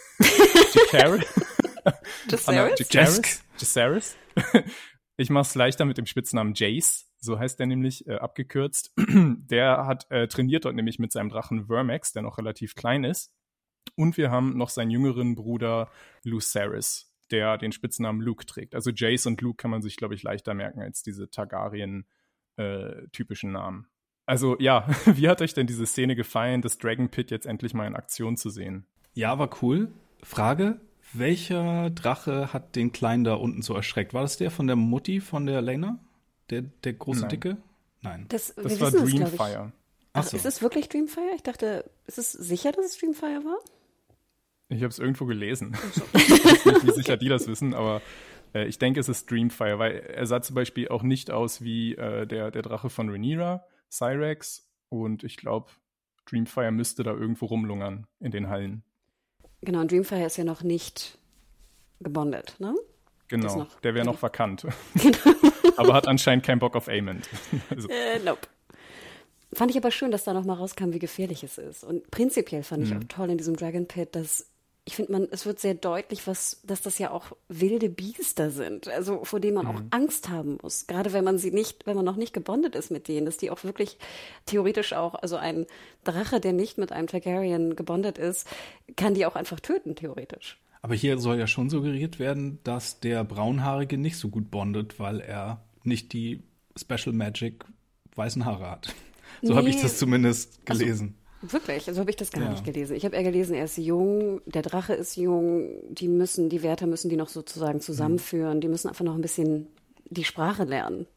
Jacar- Jacerys? Jacerys? Jacerys? Ich mach's leichter mit dem Spitznamen Jace, so heißt der nämlich, äh, abgekürzt. Der hat äh, trainiert dort nämlich mit seinem Drachen Vermax, der noch relativ klein ist. Und wir haben noch seinen jüngeren Bruder Lucerys, der den Spitznamen Luke trägt. Also Jace und Luke kann man sich, glaube ich, leichter merken als diese Targaryen-typischen äh, Namen. Also ja, wie hat euch denn diese Szene gefallen, das Dragon Pit jetzt endlich mal in Aktion zu sehen? Ja, war cool. Frage, welcher Drache hat den Kleinen da unten so erschreckt? War das der von der Mutti, von der Lena? Der, der große Nein. Dicke? Nein. Das, Das wir war wissen es, glaub ich. Dreamfire. Ach, Ach so. ist es wirklich Dreamfire? Ich dachte, ist es sicher, dass es Dreamfire war? Ich habe es irgendwo gelesen. Ich weiß nicht, wie sicher die das wissen, aber äh, ich denke, es ist Dreamfire, weil er sah zum Beispiel auch nicht aus wie äh, der, der Drache von Rhaenyra, Cyrax, und ich glaube, Dreamfire müsste da irgendwo rumlungern in den Hallen. Genau, und Dreamfire ist ja noch nicht gebondet, ne? Das Genau, noch- der wäre noch vakant. Aber hat anscheinend keinen Bock auf Aemond. Also, Äh, nope. Fand ich aber schön, dass da noch mal rauskam, wie gefährlich es ist. Und prinzipiell fand ich Mhm. auch toll in diesem Dragon Pit, dass ich finde, man, es wird sehr deutlich, was, dass das ja auch wilde Biester sind, also vor denen man auch Angst haben muss. Gerade wenn man sie nicht, wenn man noch nicht gebondet ist mit denen, dass die auch wirklich theoretisch auch, also ein Drache, der nicht mit einem Targaryen gebondet ist, kann die auch einfach töten, theoretisch. Aber hier soll ja schon suggeriert werden, dass der Braunhaarige nicht so gut bondet, weil er nicht die Special Magic weißen Haare hat. So habe ich Nee. das zumindest Also, gelesen. Wirklich, also habe ich das gar Ja. nicht gelesen. Ich habe eher gelesen, er ist jung, der Drache ist jung, die müssen, die Wärter müssen die noch sozusagen zusammenführen, die müssen einfach noch ein bisschen die Sprache lernen.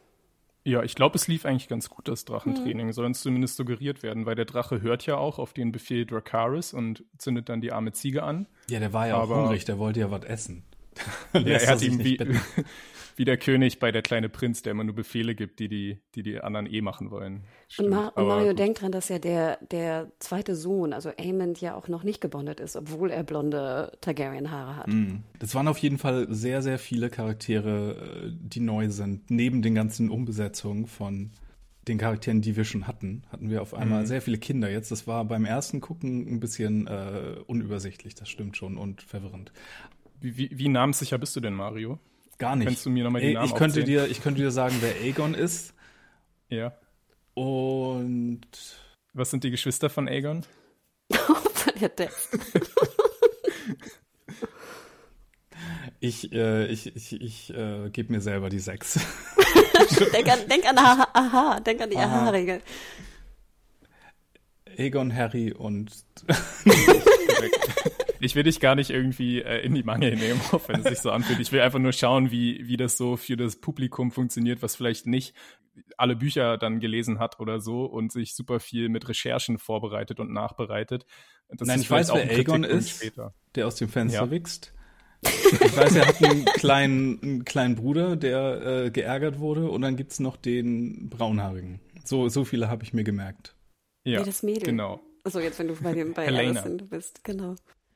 ja, ich glaube, es lief eigentlich ganz gut, das Drachentraining. Soll uns zumindest suggeriert werden, weil der Drache hört ja auch auf den Befehl Dracarys und zündet dann die arme Ziege an. Ja, der war ja auch aber- hungrig, der wollte ja was essen. Ja, Lässt er hat sich ihm nicht wie, bitten. wie der König bei der kleine Prinz, der immer nur Befehle gibt, die die, die, die anderen eh machen wollen. Und, Stimmt, Ma und aber Mario gut. denkt dran, dass ja der, der zweite Sohn, also Aemond, ja auch noch nicht gebondet ist, obwohl er blonde Targaryen-Haare hat. Mhm. Das waren auf jeden Fall sehr, sehr viele Charaktere, äh, die neu sind. Neben den ganzen Umbesetzungen von den Charakteren, die wir schon hatten, hatten wir auf einmal Mhm. sehr viele Kinder jetzt. Das war beim ersten Gucken ein bisschen äh, unübersichtlich, das stimmt schon, und verwirrend. Wie, wie, wie namenssicher bist du denn, Mario? Gar nicht. Kannst du mir nochmal die Ey, Namen ich könnte aufzählen? dir, ich könnte dir sagen, wer Aegon ist. Ja. Und Was sind die Geschwister von Aegon? Der Text. ich, äh, ich, ich, ich äh, gebe mir selber die sechs. denk an, denk an Aha, Aha, denk an die Aha. Aha-Regel. Aegon, Harry und Ich will dich gar nicht irgendwie äh, in die Mangel nehmen, auch wenn es sich so anfühlt. Ich will einfach nur schauen, wie, wie das so für das Publikum funktioniert, was vielleicht nicht alle Bücher dann gelesen hat oder so und sich super viel mit Recherchen vorbereitet und nachbereitet. Das Nein, ist ich weiß, wer Aegon ist, später. der aus dem Fenster Ja. wächst. Ich weiß, er hat einen kleinen, einen kleinen Bruder, der äh, geärgert wurde, und dann gibt's noch den Braunhaarigen. So, so viele habe ich mir gemerkt. Ja, Wie das Mädel. genau. Also jetzt, wenn du bei dem bei Helena. Alicent bist, genau.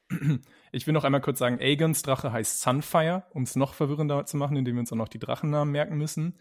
Ich will noch einmal kurz sagen, Aegons Drache heißt Sunfire, um es noch verwirrender zu machen, indem wir uns auch noch die Drachennamen merken müssen.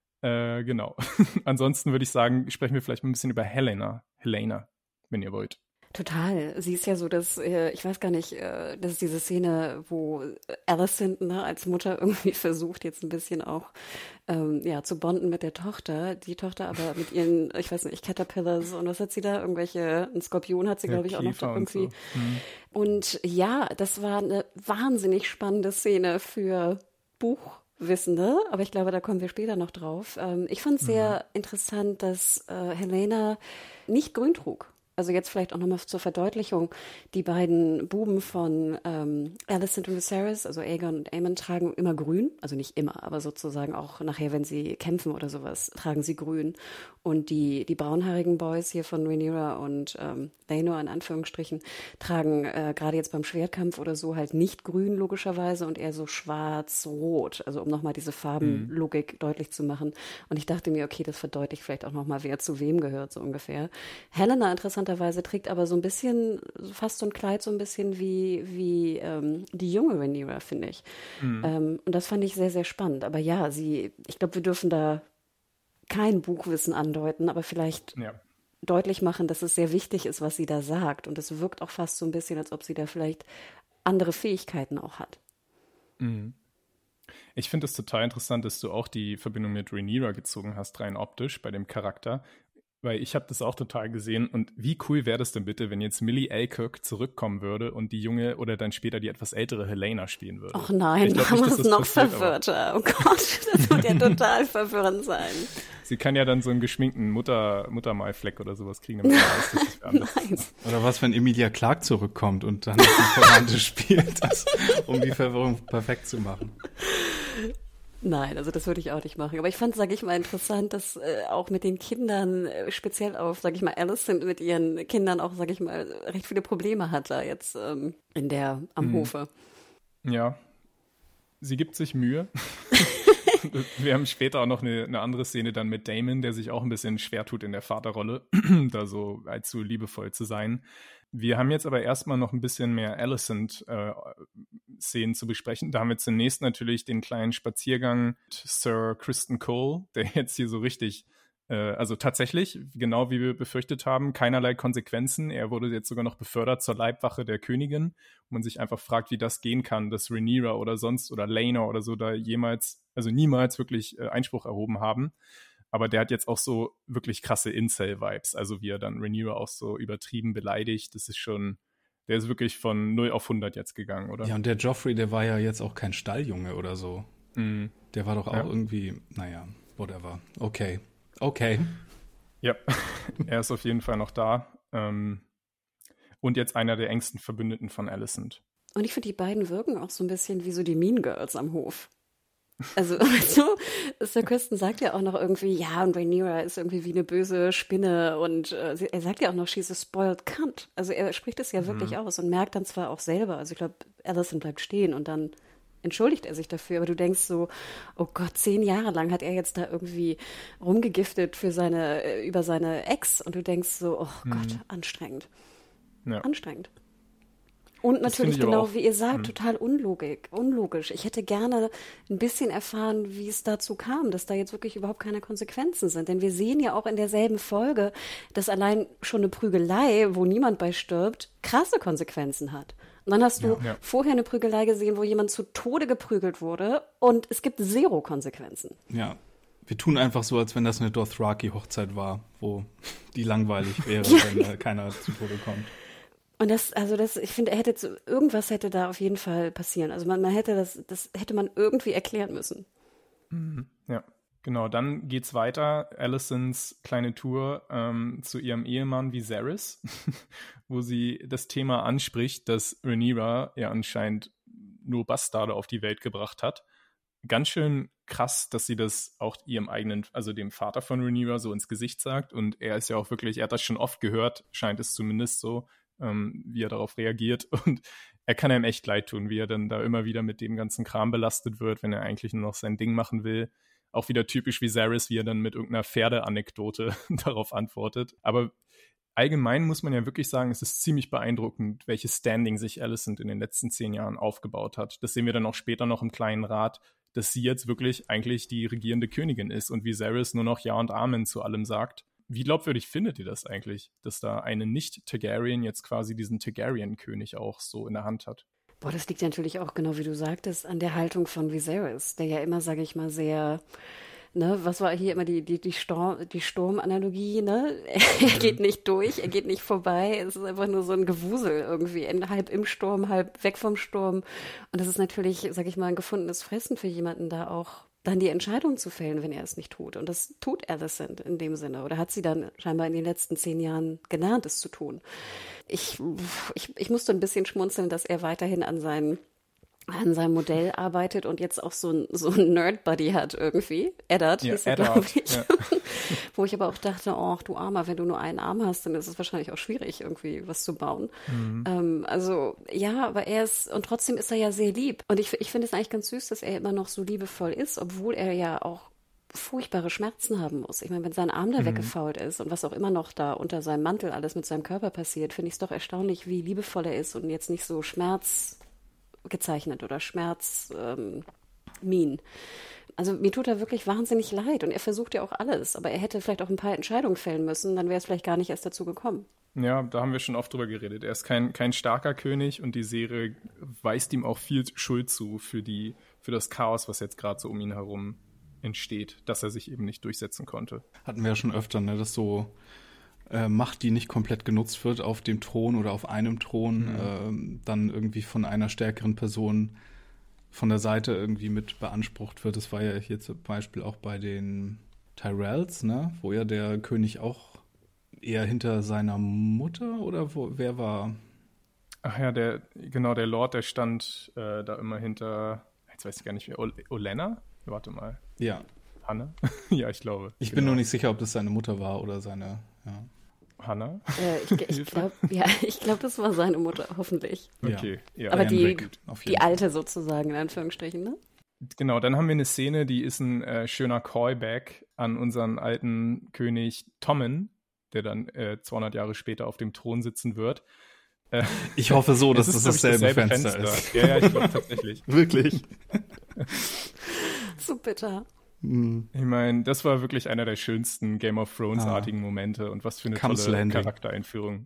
Äh, genau. Ansonsten würde ich sagen, sprechen wir vielleicht mal ein bisschen über Helena. Helena, wenn ihr wollt. Total. Sie ist ja so, dass, äh, ich weiß gar nicht, äh, das ist diese Szene, wo Alicent, ne, als Mutter irgendwie versucht, jetzt ein bisschen auch ähm, ja, zu bonden mit der Tochter. Die Tochter aber mit ihren, ich weiß nicht, Caterpillars und was hat sie da? Irgendwelche, ein Skorpion hat sie, Ja, glaube ich, auch noch Käfer da und irgendwie. so. Mhm. Und ja, das war eine wahnsinnig spannende Szene für Buchwissende, aber ich glaube, da kommen wir später noch drauf. Ähm, ich fand es sehr Mhm. interessant, dass äh, Helena nicht grün trug. Also jetzt vielleicht auch nochmal zur Verdeutlichung, die beiden Buben von ähm, Alicent und Viserys, also Aegon und Aemon, tragen immer grün, also nicht immer, aber sozusagen auch nachher, wenn sie kämpfen oder sowas, tragen sie grün. Und die, die braunhaarigen Boys hier von Rhaenyra und ähm, Laenor in Anführungsstrichen tragen äh, gerade jetzt beim Schwertkampf oder so halt nicht grün logischerweise und eher so schwarz-rot, also um nochmal diese Farbenlogik deutlich zu machen. Und ich dachte mir, okay, das verdeutlicht vielleicht auch nochmal, wer zu wem gehört, so ungefähr. Helena interessanterweise trägt aber so ein bisschen, fast so ein Kleid so ein bisschen wie, wie ähm, die junge Rhaenyra, finde ich. Mhm. Ähm, und das fand ich sehr, sehr spannend. Aber ja, sie, ich glaube, wir dürfen da kein Buchwissen andeuten, aber vielleicht Ja. deutlich machen, dass es sehr wichtig ist, was sie da sagt. Und es wirkt auch fast so ein bisschen, als ob sie da vielleicht andere Fähigkeiten auch hat. Mhm. Ich finde es total interessant, dass du auch die Verbindung mit Rhaenyra gezogen hast, rein optisch bei dem Charakter. Weil ich habe das auch total gesehen. Und wie cool wäre das denn bitte, wenn jetzt Millie Alcock zurückkommen würde und die junge oder dann später die etwas ältere Helena spielen würde? Ach nein, Ich glaub machen nicht, wir dass es das noch passiert, verwirrter. Oh Gott, das wird ja total verwirrend sein. Sie kann ja dann so einen geschminkten Mutter, Muttermalfleck oder sowas kriegen, damit sie weiß, dass es anders Nein. ist. Oder was, wenn Emilia Clarke zurückkommt und dann die Verwandte spielt, das, um die Verwirrung perfekt zu machen. Nein, also das würde ich auch nicht machen. Aber ich fand, sage ich mal, interessant, dass äh, auch mit den Kindern, äh, speziell auf, sage ich mal, Alicent mit ihren Kindern auch, sage ich mal, recht viele Probleme hat da jetzt ähm, in der, am Mhm. Hofe. Ja, sie gibt sich Mühe. Wir haben später auch noch eine, eine andere Szene dann mit Daemon, der sich auch ein bisschen schwer tut in der Vaterrolle, da so allzu liebevoll zu sein. Wir haben jetzt aber erstmal noch ein bisschen mehr Alicent-Szenen äh, zu besprechen. Da haben wir zunächst natürlich den kleinen Spaziergang mit Sir Criston Cole, der jetzt hier so richtig, äh, also tatsächlich, genau wie wir befürchtet haben, keinerlei Konsequenzen. Er wurde jetzt sogar noch befördert zur Leibwache der Königin, wo man sich einfach fragt, wie das gehen kann, dass Rhaenyra oder sonst oder Laenor oder so da jemals, also niemals wirklich äh, Einspruch erhoben haben. Aber der hat jetzt auch so wirklich krasse Incel-Vibes. Also wie er dann Rhaenyra auch so übertrieben beleidigt. Das ist schon, der ist wirklich von null auf hundert jetzt gegangen, oder? Ja, und der Joffrey, der war ja jetzt auch kein Stalljunge oder so. Mhm. Der war doch auch Ja. irgendwie, naja, whatever. Okay, okay. Ja, er ist auf jeden Fall noch da. Ähm, und jetzt einer der engsten Verbündeten von Alicent. Und ich finde, die beiden wirken auch so ein bisschen wie so die Mean Girls am Hof. Also, so, Sir Criston sagt ja auch noch irgendwie, ja, und Rhaenyra ist irgendwie wie eine böse Spinne und äh, sie- er sagt ja auch noch, she's a spoiled cunt. Also er spricht es ja wirklich aus und merkt dann zwar auch selber, also ich glaube, Alicent bleibt stehen und dann entschuldigt er sich dafür, aber du denkst so, oh Gott, zehn Jahre lang hat er jetzt da irgendwie rumgegiftet für seine, äh, über seine Ex und du denkst so, oh Gott, anstrengend, Ja. anstrengend. Und Das natürlich, finde ich aber genau auch- wie ihr sagt, Mhm. total unlogik, unlogisch. Ich hätte gerne ein bisschen erfahren, wie es dazu kam, dass da jetzt wirklich überhaupt keine Konsequenzen sind. Denn wir sehen ja auch in derselben Folge, dass allein schon eine Prügelei, wo niemand bei stirbt, krasse Konsequenzen hat. Und dann hast du Ja. vorher eine Prügelei gesehen, wo jemand zu Tode geprügelt wurde und es gibt zero Konsequenzen. Ja, wir tun einfach so, als wenn das eine Dothraki-Hochzeit war, wo die langweilig wäre, wenn da keiner zu Tode kommt. Und das, also das, ich finde, er hätte zu, irgendwas hätte da auf jeden Fall passieren. Also man, man hätte das, das hätte man irgendwie erklären müssen. Ja. Genau, dann geht's weiter. Alicents kleine Tour ähm, zu ihrem Ehemann Viserys, wo sie das Thema anspricht, dass Rhaenyra ja anscheinend nur Bastarde auf die Welt gebracht hat. Ganz schön krass, dass sie das auch ihrem eigenen, also dem Vater von Rhaenyra so ins Gesicht sagt. Und er ist ja auch wirklich, er hat das schon oft gehört, scheint es zumindest so, ähm, wie er darauf reagiert. Und er kann einem echt leid tun, wie er dann da immer wieder mit dem ganzen Kram belastet wird, wenn er eigentlich nur noch sein Ding machen will. Auch wieder typisch Viserys, wie er dann mit irgendeiner Pferdeanekdote darauf antwortet. Aber allgemein muss man ja wirklich sagen, es ist ziemlich beeindruckend, welches Standing sich Alicent in den letzten zehn Jahren aufgebaut hat. Das sehen wir dann auch später noch im kleinen Rat, dass sie jetzt wirklich eigentlich die regierende Königin ist und Viserys nur noch Ja und Amen zu allem sagt. Wie glaubwürdig findet ihr das eigentlich, dass da eine Nicht-Targaryen jetzt quasi diesen Targaryen-König auch so in der Hand hat? Boah, das liegt natürlich auch, genau wie du sagtest, an der Haltung von Viserys, der ja immer, sage ich mal, sehr, ne, was war hier immer die, die, die, Sturm, die Sturmanalogie, ne? Er geht nicht durch, er geht nicht vorbei, es ist einfach nur so ein Gewusel irgendwie, halb im Sturm, halb weg vom Sturm. Und das ist natürlich, sage ich mal, ein gefundenes Fressen für jemanden, da auch dann die Entscheidung zu fällen, wenn er es nicht tut. Und das tut Alicent in dem Sinne. Oder hat sie dann scheinbar in den letzten zehn Jahren gelernt, es zu tun. Ich, ich, ich musste ein bisschen schmunzeln, dass er weiterhin an seinen an seinem Modell arbeitet und jetzt auch so ein, so ein Nerd-Buddy hat irgendwie. Eddard ja, hieß er, glaube ich. Ja. Wo ich aber auch dachte, oh, du Armer, wenn du nur einen Arm hast, dann ist es wahrscheinlich auch schwierig, irgendwie was zu bauen. Mhm. Ähm, also, ja, aber er ist, und trotzdem ist er ja sehr lieb. Und ich, ich finde es eigentlich ganz süß, dass er immer noch so liebevoll ist, obwohl er ja auch furchtbare Schmerzen haben muss. Ich meine, wenn sein Arm da mhm. weggefault ist und was auch immer noch da unter seinem Mantel alles mit seinem Körper passiert, finde ich es doch erstaunlich, wie liebevoll er ist und jetzt nicht so Schmerz gezeichnet oder Schmerz ähm, mean. Also mir tut er wirklich wahnsinnig leid und er versucht ja auch alles, aber er hätte vielleicht auch ein paar Entscheidungen fällen müssen, dann wäre es vielleicht gar nicht erst dazu gekommen. Ja, da haben wir schon oft drüber geredet. Er ist kein, kein starker König und die Serie weist ihm auch viel Schuld zu für, die, für das Chaos, was jetzt gerade so um ihn herum entsteht, dass er sich eben nicht durchsetzen konnte. Hatten wir ja schon öfter, ne, dass so äh, Macht, die nicht komplett genutzt wird auf dem Thron oder auf einem Thron, mhm. äh, dann irgendwie von einer stärkeren Person von der Seite irgendwie mit beansprucht wird. Das war ja hier zum Beispiel auch bei den Tyrells, ne, wo ja der König auch eher hinter seiner Mutter oder wo, wer war? Ach ja, der, genau, der Lord, der stand äh, da immer hinter, jetzt weiß ich gar nicht mehr, Ol- Olenna? Warte mal. Ja. Hanna? Ja, ich glaube. Ich genau. bin nur nicht sicher, ob das seine Mutter war oder seine, ja. Hanna? Äh, ich ich glaube, ja, ich glaube, das war seine Mutter, hoffentlich. Okay. Ja. Aber die, Rick, die alte sozusagen, in Anführungsstrichen, ne? Genau, dann haben wir eine Szene, die ist ein äh, schöner Callback an unseren alten König Tommen, der dann äh, zweihundert Jahre später auf dem Thron sitzen wird. Äh, ich hoffe so, dass es das ist, dasselbe, dasselbe Fenster, Fenster ist. Ja, ja, ich glaube tatsächlich. Wirklich? So bitter. Ich meine, das war wirklich einer der schönsten Game of Thrones-artigen ah. Momente und was für eine Comes tolle Landing. Charaktereinführung.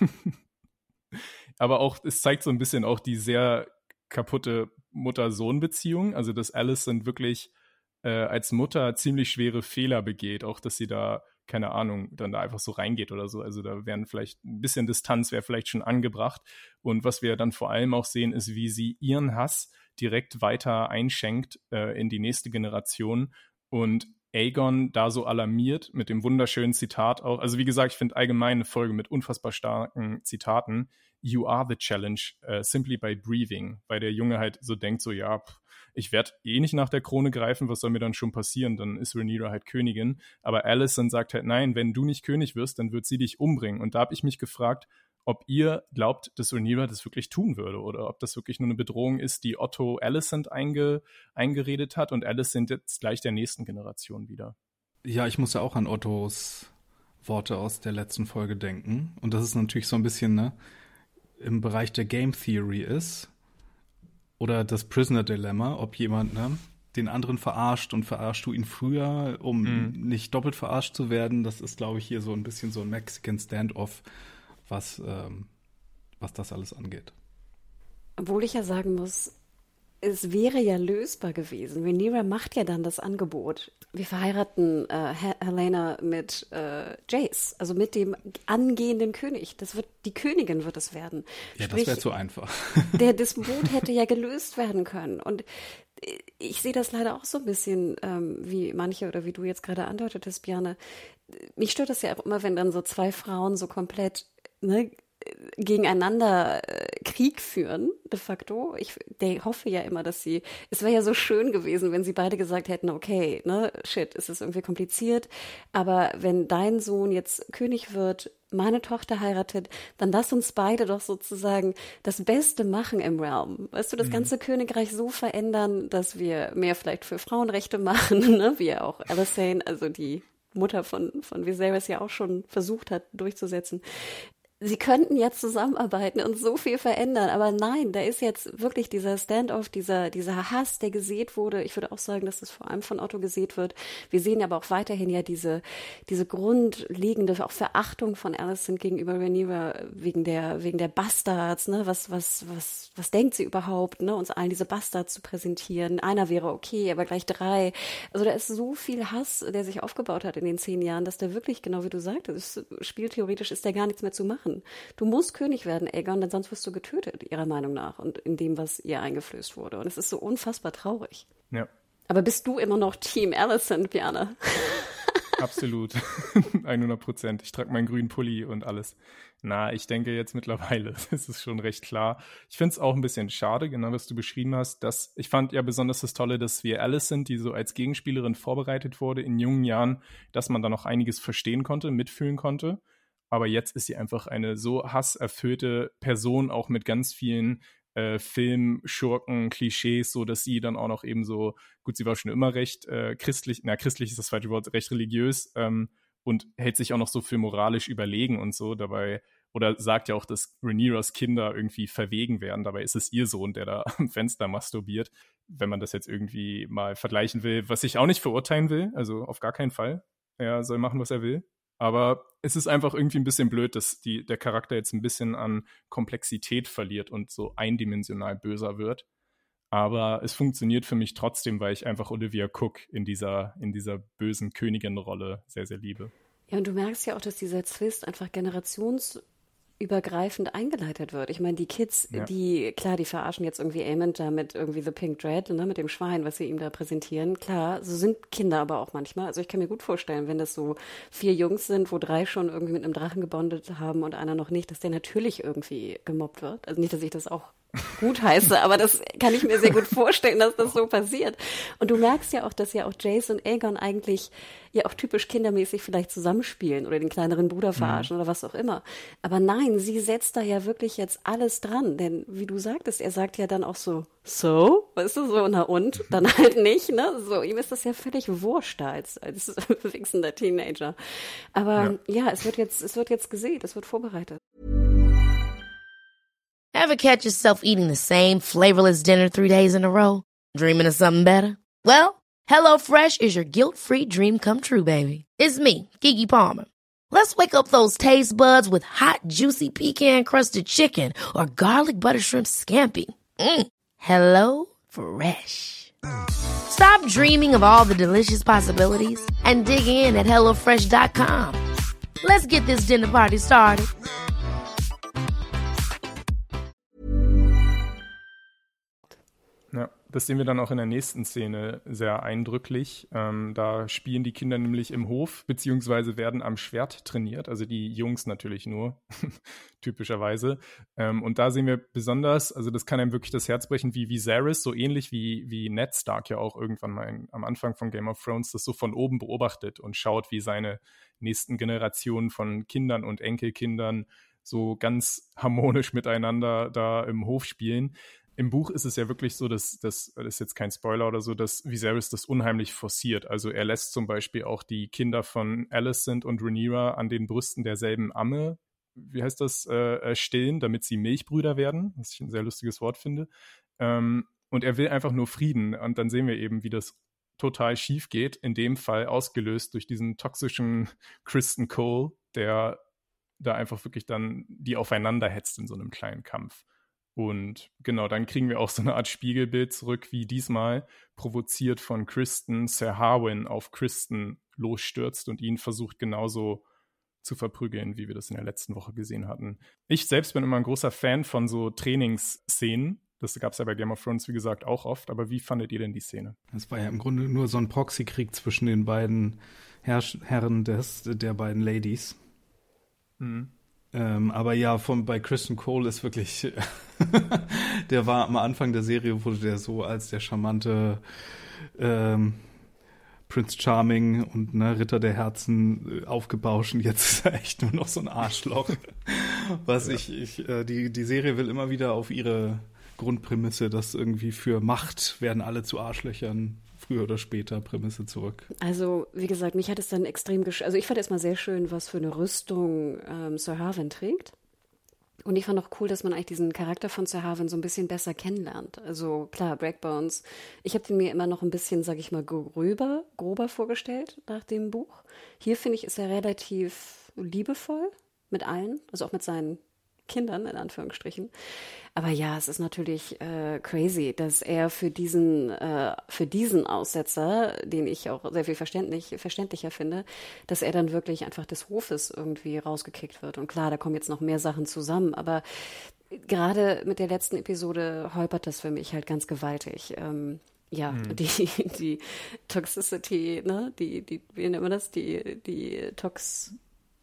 Aber auch, es zeigt so ein bisschen auch die sehr kaputte Mutter-Sohn-Beziehung, also dass Alicent wirklich äh, als Mutter ziemlich schwere Fehler begeht, auch dass sie da, keine Ahnung, dann da einfach so reingeht oder so, also da wären vielleicht ein bisschen Distanz, wäre vielleicht schon angebracht und was wir dann vor allem auch sehen, ist, wie sie ihren Hass direkt weiter einschenkt äh, in die nächste Generation und Aegon da so alarmiert mit dem wunderschönen Zitat auch, also wie gesagt, ich finde allgemein eine Folge mit unfassbar starken Zitaten, You are the challenge, uh, simply by breathing, weil der Junge halt so denkt, so ja, pff, ich werde eh nicht nach der Krone greifen, was soll mir dann schon passieren, dann ist Rhaenyra halt Königin, aber Alicent sagt halt, nein, wenn du nicht König wirst, dann wird sie dich umbringen und da habe ich mich gefragt, ob ihr glaubt, dass Rhaenyra das wirklich tun würde oder ob das wirklich nur eine Bedrohung ist, die Otto Alicent einge- eingeredet hat und Alicent jetzt gleich der nächsten Generation wieder. Ja, ich muss ja auch an Ottos Worte aus der letzten Folge denken und das ist natürlich so ein bisschen, ne, im Bereich der Game Theory ist oder das Prisoner Dilemma, ob jemand, ne, den anderen verarscht und verarscht du ihn früher, um mm. nicht doppelt verarscht zu werden. Das ist, glaube ich, hier so ein bisschen so ein Mexican Standoff, was, ähm, was das alles angeht. Obwohl ich ja sagen muss, es wäre ja lösbar gewesen. Rhaenyra macht ja dann das Angebot. Wir verheiraten äh, Helaena mit äh, Jace, also mit dem angehenden König. Das wird, die Königin wird es werden. Ja, Sprich, das wäre zu einfach. Der Disput hätte ja gelöst werden können. Und ich sehe das leider auch so ein bisschen, ähm, wie manche oder wie du jetzt gerade andeutetest, Bjarne. Mich stört das ja auch immer, wenn dann so zwei Frauen so komplett, ne, gegeneinander äh, Krieg führen, de facto. Ich der, hoffe ja immer, dass sie, es wäre ja so schön gewesen, wenn sie beide gesagt hätten, okay, ne, shit, es ist irgendwie kompliziert, aber wenn dein Sohn jetzt König wird, meine Tochter heiratet, dann lass uns beide doch sozusagen das Beste machen im Realm. Weißt du, das ganze mhm. Königreich so verändern, dass wir mehr vielleicht für Frauenrechte machen, ne, wie ja auch Alysanne, also die Mutter von, von Viserys ja auch schon versucht hat durchzusetzen. Sie könnten jetzt zusammenarbeiten und so viel verändern, aber nein, da ist jetzt wirklich dieser Standoff, dieser, dieser Hass, der gesät wurde. Ich würde auch sagen, dass das vor allem von Otto gesät wird. Wir sehen aber auch weiterhin ja diese, diese grundlegende auch Verachtung von Alicent gegenüber Rhaenyra wegen der, wegen der Bastards, ne? Was, was, was, was denkt sie überhaupt, ne? Uns allen diese Bastards zu präsentieren. Einer wäre okay, aber gleich drei. Also da ist so viel Hass, der sich aufgebaut hat in den zehn Jahren, dass da wirklich, genau wie du sagtest, spieltheoretisch ist da gar nichts mehr zu machen. Du musst König werden, Aegon, denn sonst wirst du getötet, ihrer Meinung nach, und in dem, was ihr eingeflößt wurde. Und es ist so unfassbar traurig. Ja. Aber bist du immer noch Team Alicent, Bjarne? Absolut. hundert Prozent. Ich trage meinen grünen Pulli und alles. Na, ich denke jetzt mittlerweile, das ist schon recht klar. Ich finde es auch ein bisschen schade, genau was du beschrieben hast. Dass, ich fand ja besonders das Tolle, dass wir Alicent, die so als Gegenspielerin vorbereitet wurde in jungen Jahren, dass man da noch einiges verstehen konnte, mitfühlen konnte. Aber jetzt ist sie einfach eine so hasserfüllte Person, auch mit ganz vielen äh, Film-Schurken, Klischees, so dass sie dann auch noch eben so, gut, sie war schon immer recht äh, christlich, na, christlich ist das falsche Wort, recht religiös ähm, und hält sich auch noch so für moralisch überlegen und so dabei, oder sagt ja auch, dass Rhaenyras Kinder irgendwie verwegen werden, dabei ist es ihr Sohn, der da am Fenster masturbiert, wenn man das jetzt irgendwie mal vergleichen will, was ich auch nicht verurteilen will, also auf gar keinen Fall. Er soll machen, was er will. Aber es ist einfach irgendwie ein bisschen blöd, dass die, der Charakter jetzt ein bisschen an Komplexität verliert und so eindimensional böser wird. Aber es funktioniert für mich trotzdem, weil ich einfach Olivia Cook in dieser, in dieser bösen Königin-Rolle sehr, sehr liebe. Ja, und du merkst ja auch, dass dieser Twist einfach generationsübergreifend eingeleitet wird. Ich meine, die Kids, ja. die, klar, die verarschen jetzt irgendwie Aemond da mit irgendwie The Pink Dread, ne, mit dem Schwein, was sie ihm da präsentieren. Klar, so sind Kinder aber auch manchmal. Also ich kann mir gut vorstellen, wenn das so vier Jungs sind, wo drei schon irgendwie mit einem Drachen gebondet haben und einer noch nicht, dass der natürlich irgendwie gemobbt wird. Also nicht, dass ich das auch gut heiße, aber das kann ich mir sehr gut vorstellen, dass das so passiert. Und du merkst ja auch, dass ja auch Jace und Aegon eigentlich ja auch typisch kindermäßig vielleicht zusammenspielen oder den kleineren Bruder verarschen mhm. oder was auch immer. Aber nein, sie setzt da ja wirklich jetzt alles dran, denn wie du sagtest, er sagt ja dann auch so, so, weißt du, so, na und? Dann halt nicht, ne? So, ihm ist das ja völlig wurscht da als, als wichsender Teenager. Aber ja. ja, es wird jetzt, es wird jetzt gesehen, es wird vorbereitet. Ever catch yourself eating the same flavorless dinner three days in a row? Dreaming of something better? Well, HelloFresh is your guilt-free dream come true, baby. It's me, Keke Palmer. Let's wake up those taste buds with hot, juicy pecan-crusted chicken or garlic butter shrimp scampi. Mm. Hello Fresh. Stop dreaming of all the delicious possibilities and dig in at hello fresh dot com. Let's get this dinner party started. Ja, das sehen wir dann auch in der nächsten Szene sehr eindrücklich. Ähm, da spielen die Kinder nämlich im Hof, beziehungsweise werden am Schwert trainiert, also die Jungs natürlich nur, typischerweise. Ähm, und da sehen wir besonders, also das kann einem wirklich das Herz brechen, wie Viserys, so ähnlich wie, wie Ned Stark ja auch irgendwann mal in, am Anfang von Game of Thrones, das so von oben beobachtet und schaut, wie seine nächsten Generationen von Kindern und Enkelkindern so ganz harmonisch miteinander da im Hof spielen. Im Buch ist es ja wirklich so, dass, das ist jetzt kein Spoiler oder so, dass Viserys das unheimlich forciert. Also er lässt zum Beispiel auch die Kinder von Alicent und Rhaenyra an den Brüsten derselben Amme, wie heißt das, äh, stillen, damit sie Milchbrüder werden, was ich ein sehr lustiges Wort finde. Ähm, und er will einfach nur Frieden. Und dann sehen wir eben, wie das total schief geht, in dem Fall ausgelöst durch diesen toxischen Criston Cole, der da einfach wirklich dann die aufeinander hetzt in so einem kleinen Kampf. Und genau, dann kriegen wir auch so eine Art Spiegelbild zurück, wie diesmal provoziert von Criston Ser Harwin auf Criston losstürzt und ihn versucht genauso zu verprügeln, wie wir das in der letzten Woche gesehen hatten. Ich selbst bin immer ein großer Fan von so Trainingsszenen, Das gab es ja bei Game of Thrones, wie gesagt, auch oft. Aber wie fandet ihr denn die Szene? Das war ja im Grunde nur so ein Proxykrieg zwischen den beiden Herr- Herren des, der beiden Ladies. Mhm. Ähm, aber ja, von, bei Christian Cole ist wirklich, der war am Anfang der Serie, wurde der so als der charmante ähm, Prince Charming und ne, Ritter der Herzen äh, aufgebauscht. Und jetzt ist er echt nur noch so ein Arschloch. Was ja. ich, ich äh, die, die Serie will immer wieder auf ihre Grundprämisse, dass irgendwie für Macht werden alle zu Arschlöchern, früher oder später, Prämisse zurück. Also, wie gesagt, mich hat es dann extrem gesch... Also ich fand erstmal sehr schön, was für eine Rüstung ähm, Sir Harwin trägt. Und ich fand auch cool, dass man eigentlich diesen Charakter von Sir Harwin so ein bisschen besser kennenlernt. Also klar, Brackbones. Ich habe den mir immer noch ein bisschen, sag ich mal, gröber, grober vorgestellt nach dem Buch. Hier, finde ich, ist er relativ liebevoll mit allen, also auch mit seinen Kindern, in Anführungsstrichen. Aber ja, es ist natürlich äh, crazy, dass er für diesen, äh, für diesen Aussetzer, den ich auch sehr viel verständlich, verständlicher finde, dass er dann wirklich einfach des Hofes irgendwie rausgekickt wird. Und klar, da kommen jetzt noch mehr Sachen zusammen, aber gerade mit der letzten Episode holpert das für mich halt ganz gewaltig. Ähm, ja, hm. die, die Toxicity, ne, die, die, wie nennt man das? Die, die Tox...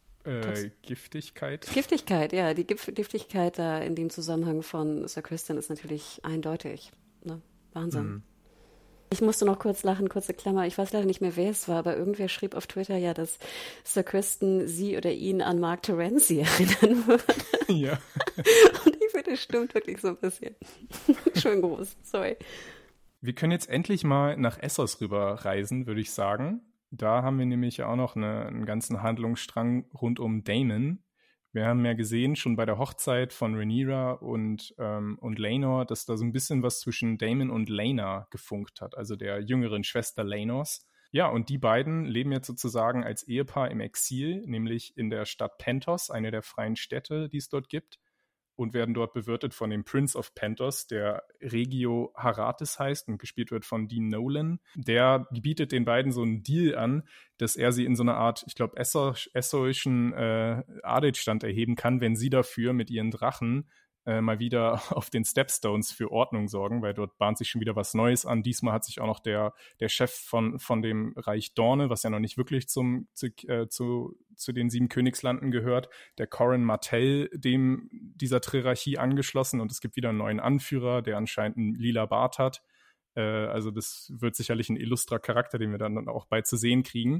Äh, Giftigkeit. Giftigkeit, ja. Die Gif- Giftigkeit da in dem Zusammenhang von Sir Criston ist natürlich eindeutig. Ne? Wahnsinn. Mhm. Ich musste noch kurz lachen, kurze Klammer. Ich weiß leider nicht mehr, wer es war, aber irgendwer schrieb auf Twitter ja, dass Sir Criston sie oder ihn an Mark Terenzi erinnern würde. Ja. Und ich finde, das stimmt wirklich so ein bisschen. Schön groß, sorry. Wir können jetzt endlich mal nach Essos rüber reisen, würde ich sagen. Da haben wir nämlich auch noch eine, einen ganzen Handlungsstrang rund um Daemon. Wir haben ja gesehen, schon bei der Hochzeit von Rhaenyra und, ähm, und Laenor, dass da so ein bisschen was zwischen Daemon und Laena gefunkt hat, also der jüngeren Schwester Laenors. Ja, und die beiden leben jetzt sozusagen als Ehepaar im Exil, nämlich in der Stadt Pentos, eine der freien Städte, die es dort gibt, und werden dort bewirtet von dem Prince of Pentos, der Regio Haratis heißt und gespielt wird von Dean Nolan. Der bietet den beiden so einen Deal an, dass er sie in so eine Art, ich glaube, essoischen äh, Adelsstand erheben kann, wenn sie dafür mit ihren Drachen äh, mal wieder auf den Stepstones für Ordnung sorgen, weil dort bahnt sich schon wieder was Neues an. Diesmal hat sich auch noch der, der Chef von, von dem Reich Dorne, was ja noch nicht wirklich zum, zu, äh, zu, zu den sieben Königslanden gehört, der Corin Martell, dem dieser Trierarchie angeschlossen, und es gibt wieder einen neuen Anführer, der anscheinend einen lila Bart hat. Äh, also das wird sicherlich ein illustrer Charakter, den wir dann auch bald zu sehen kriegen.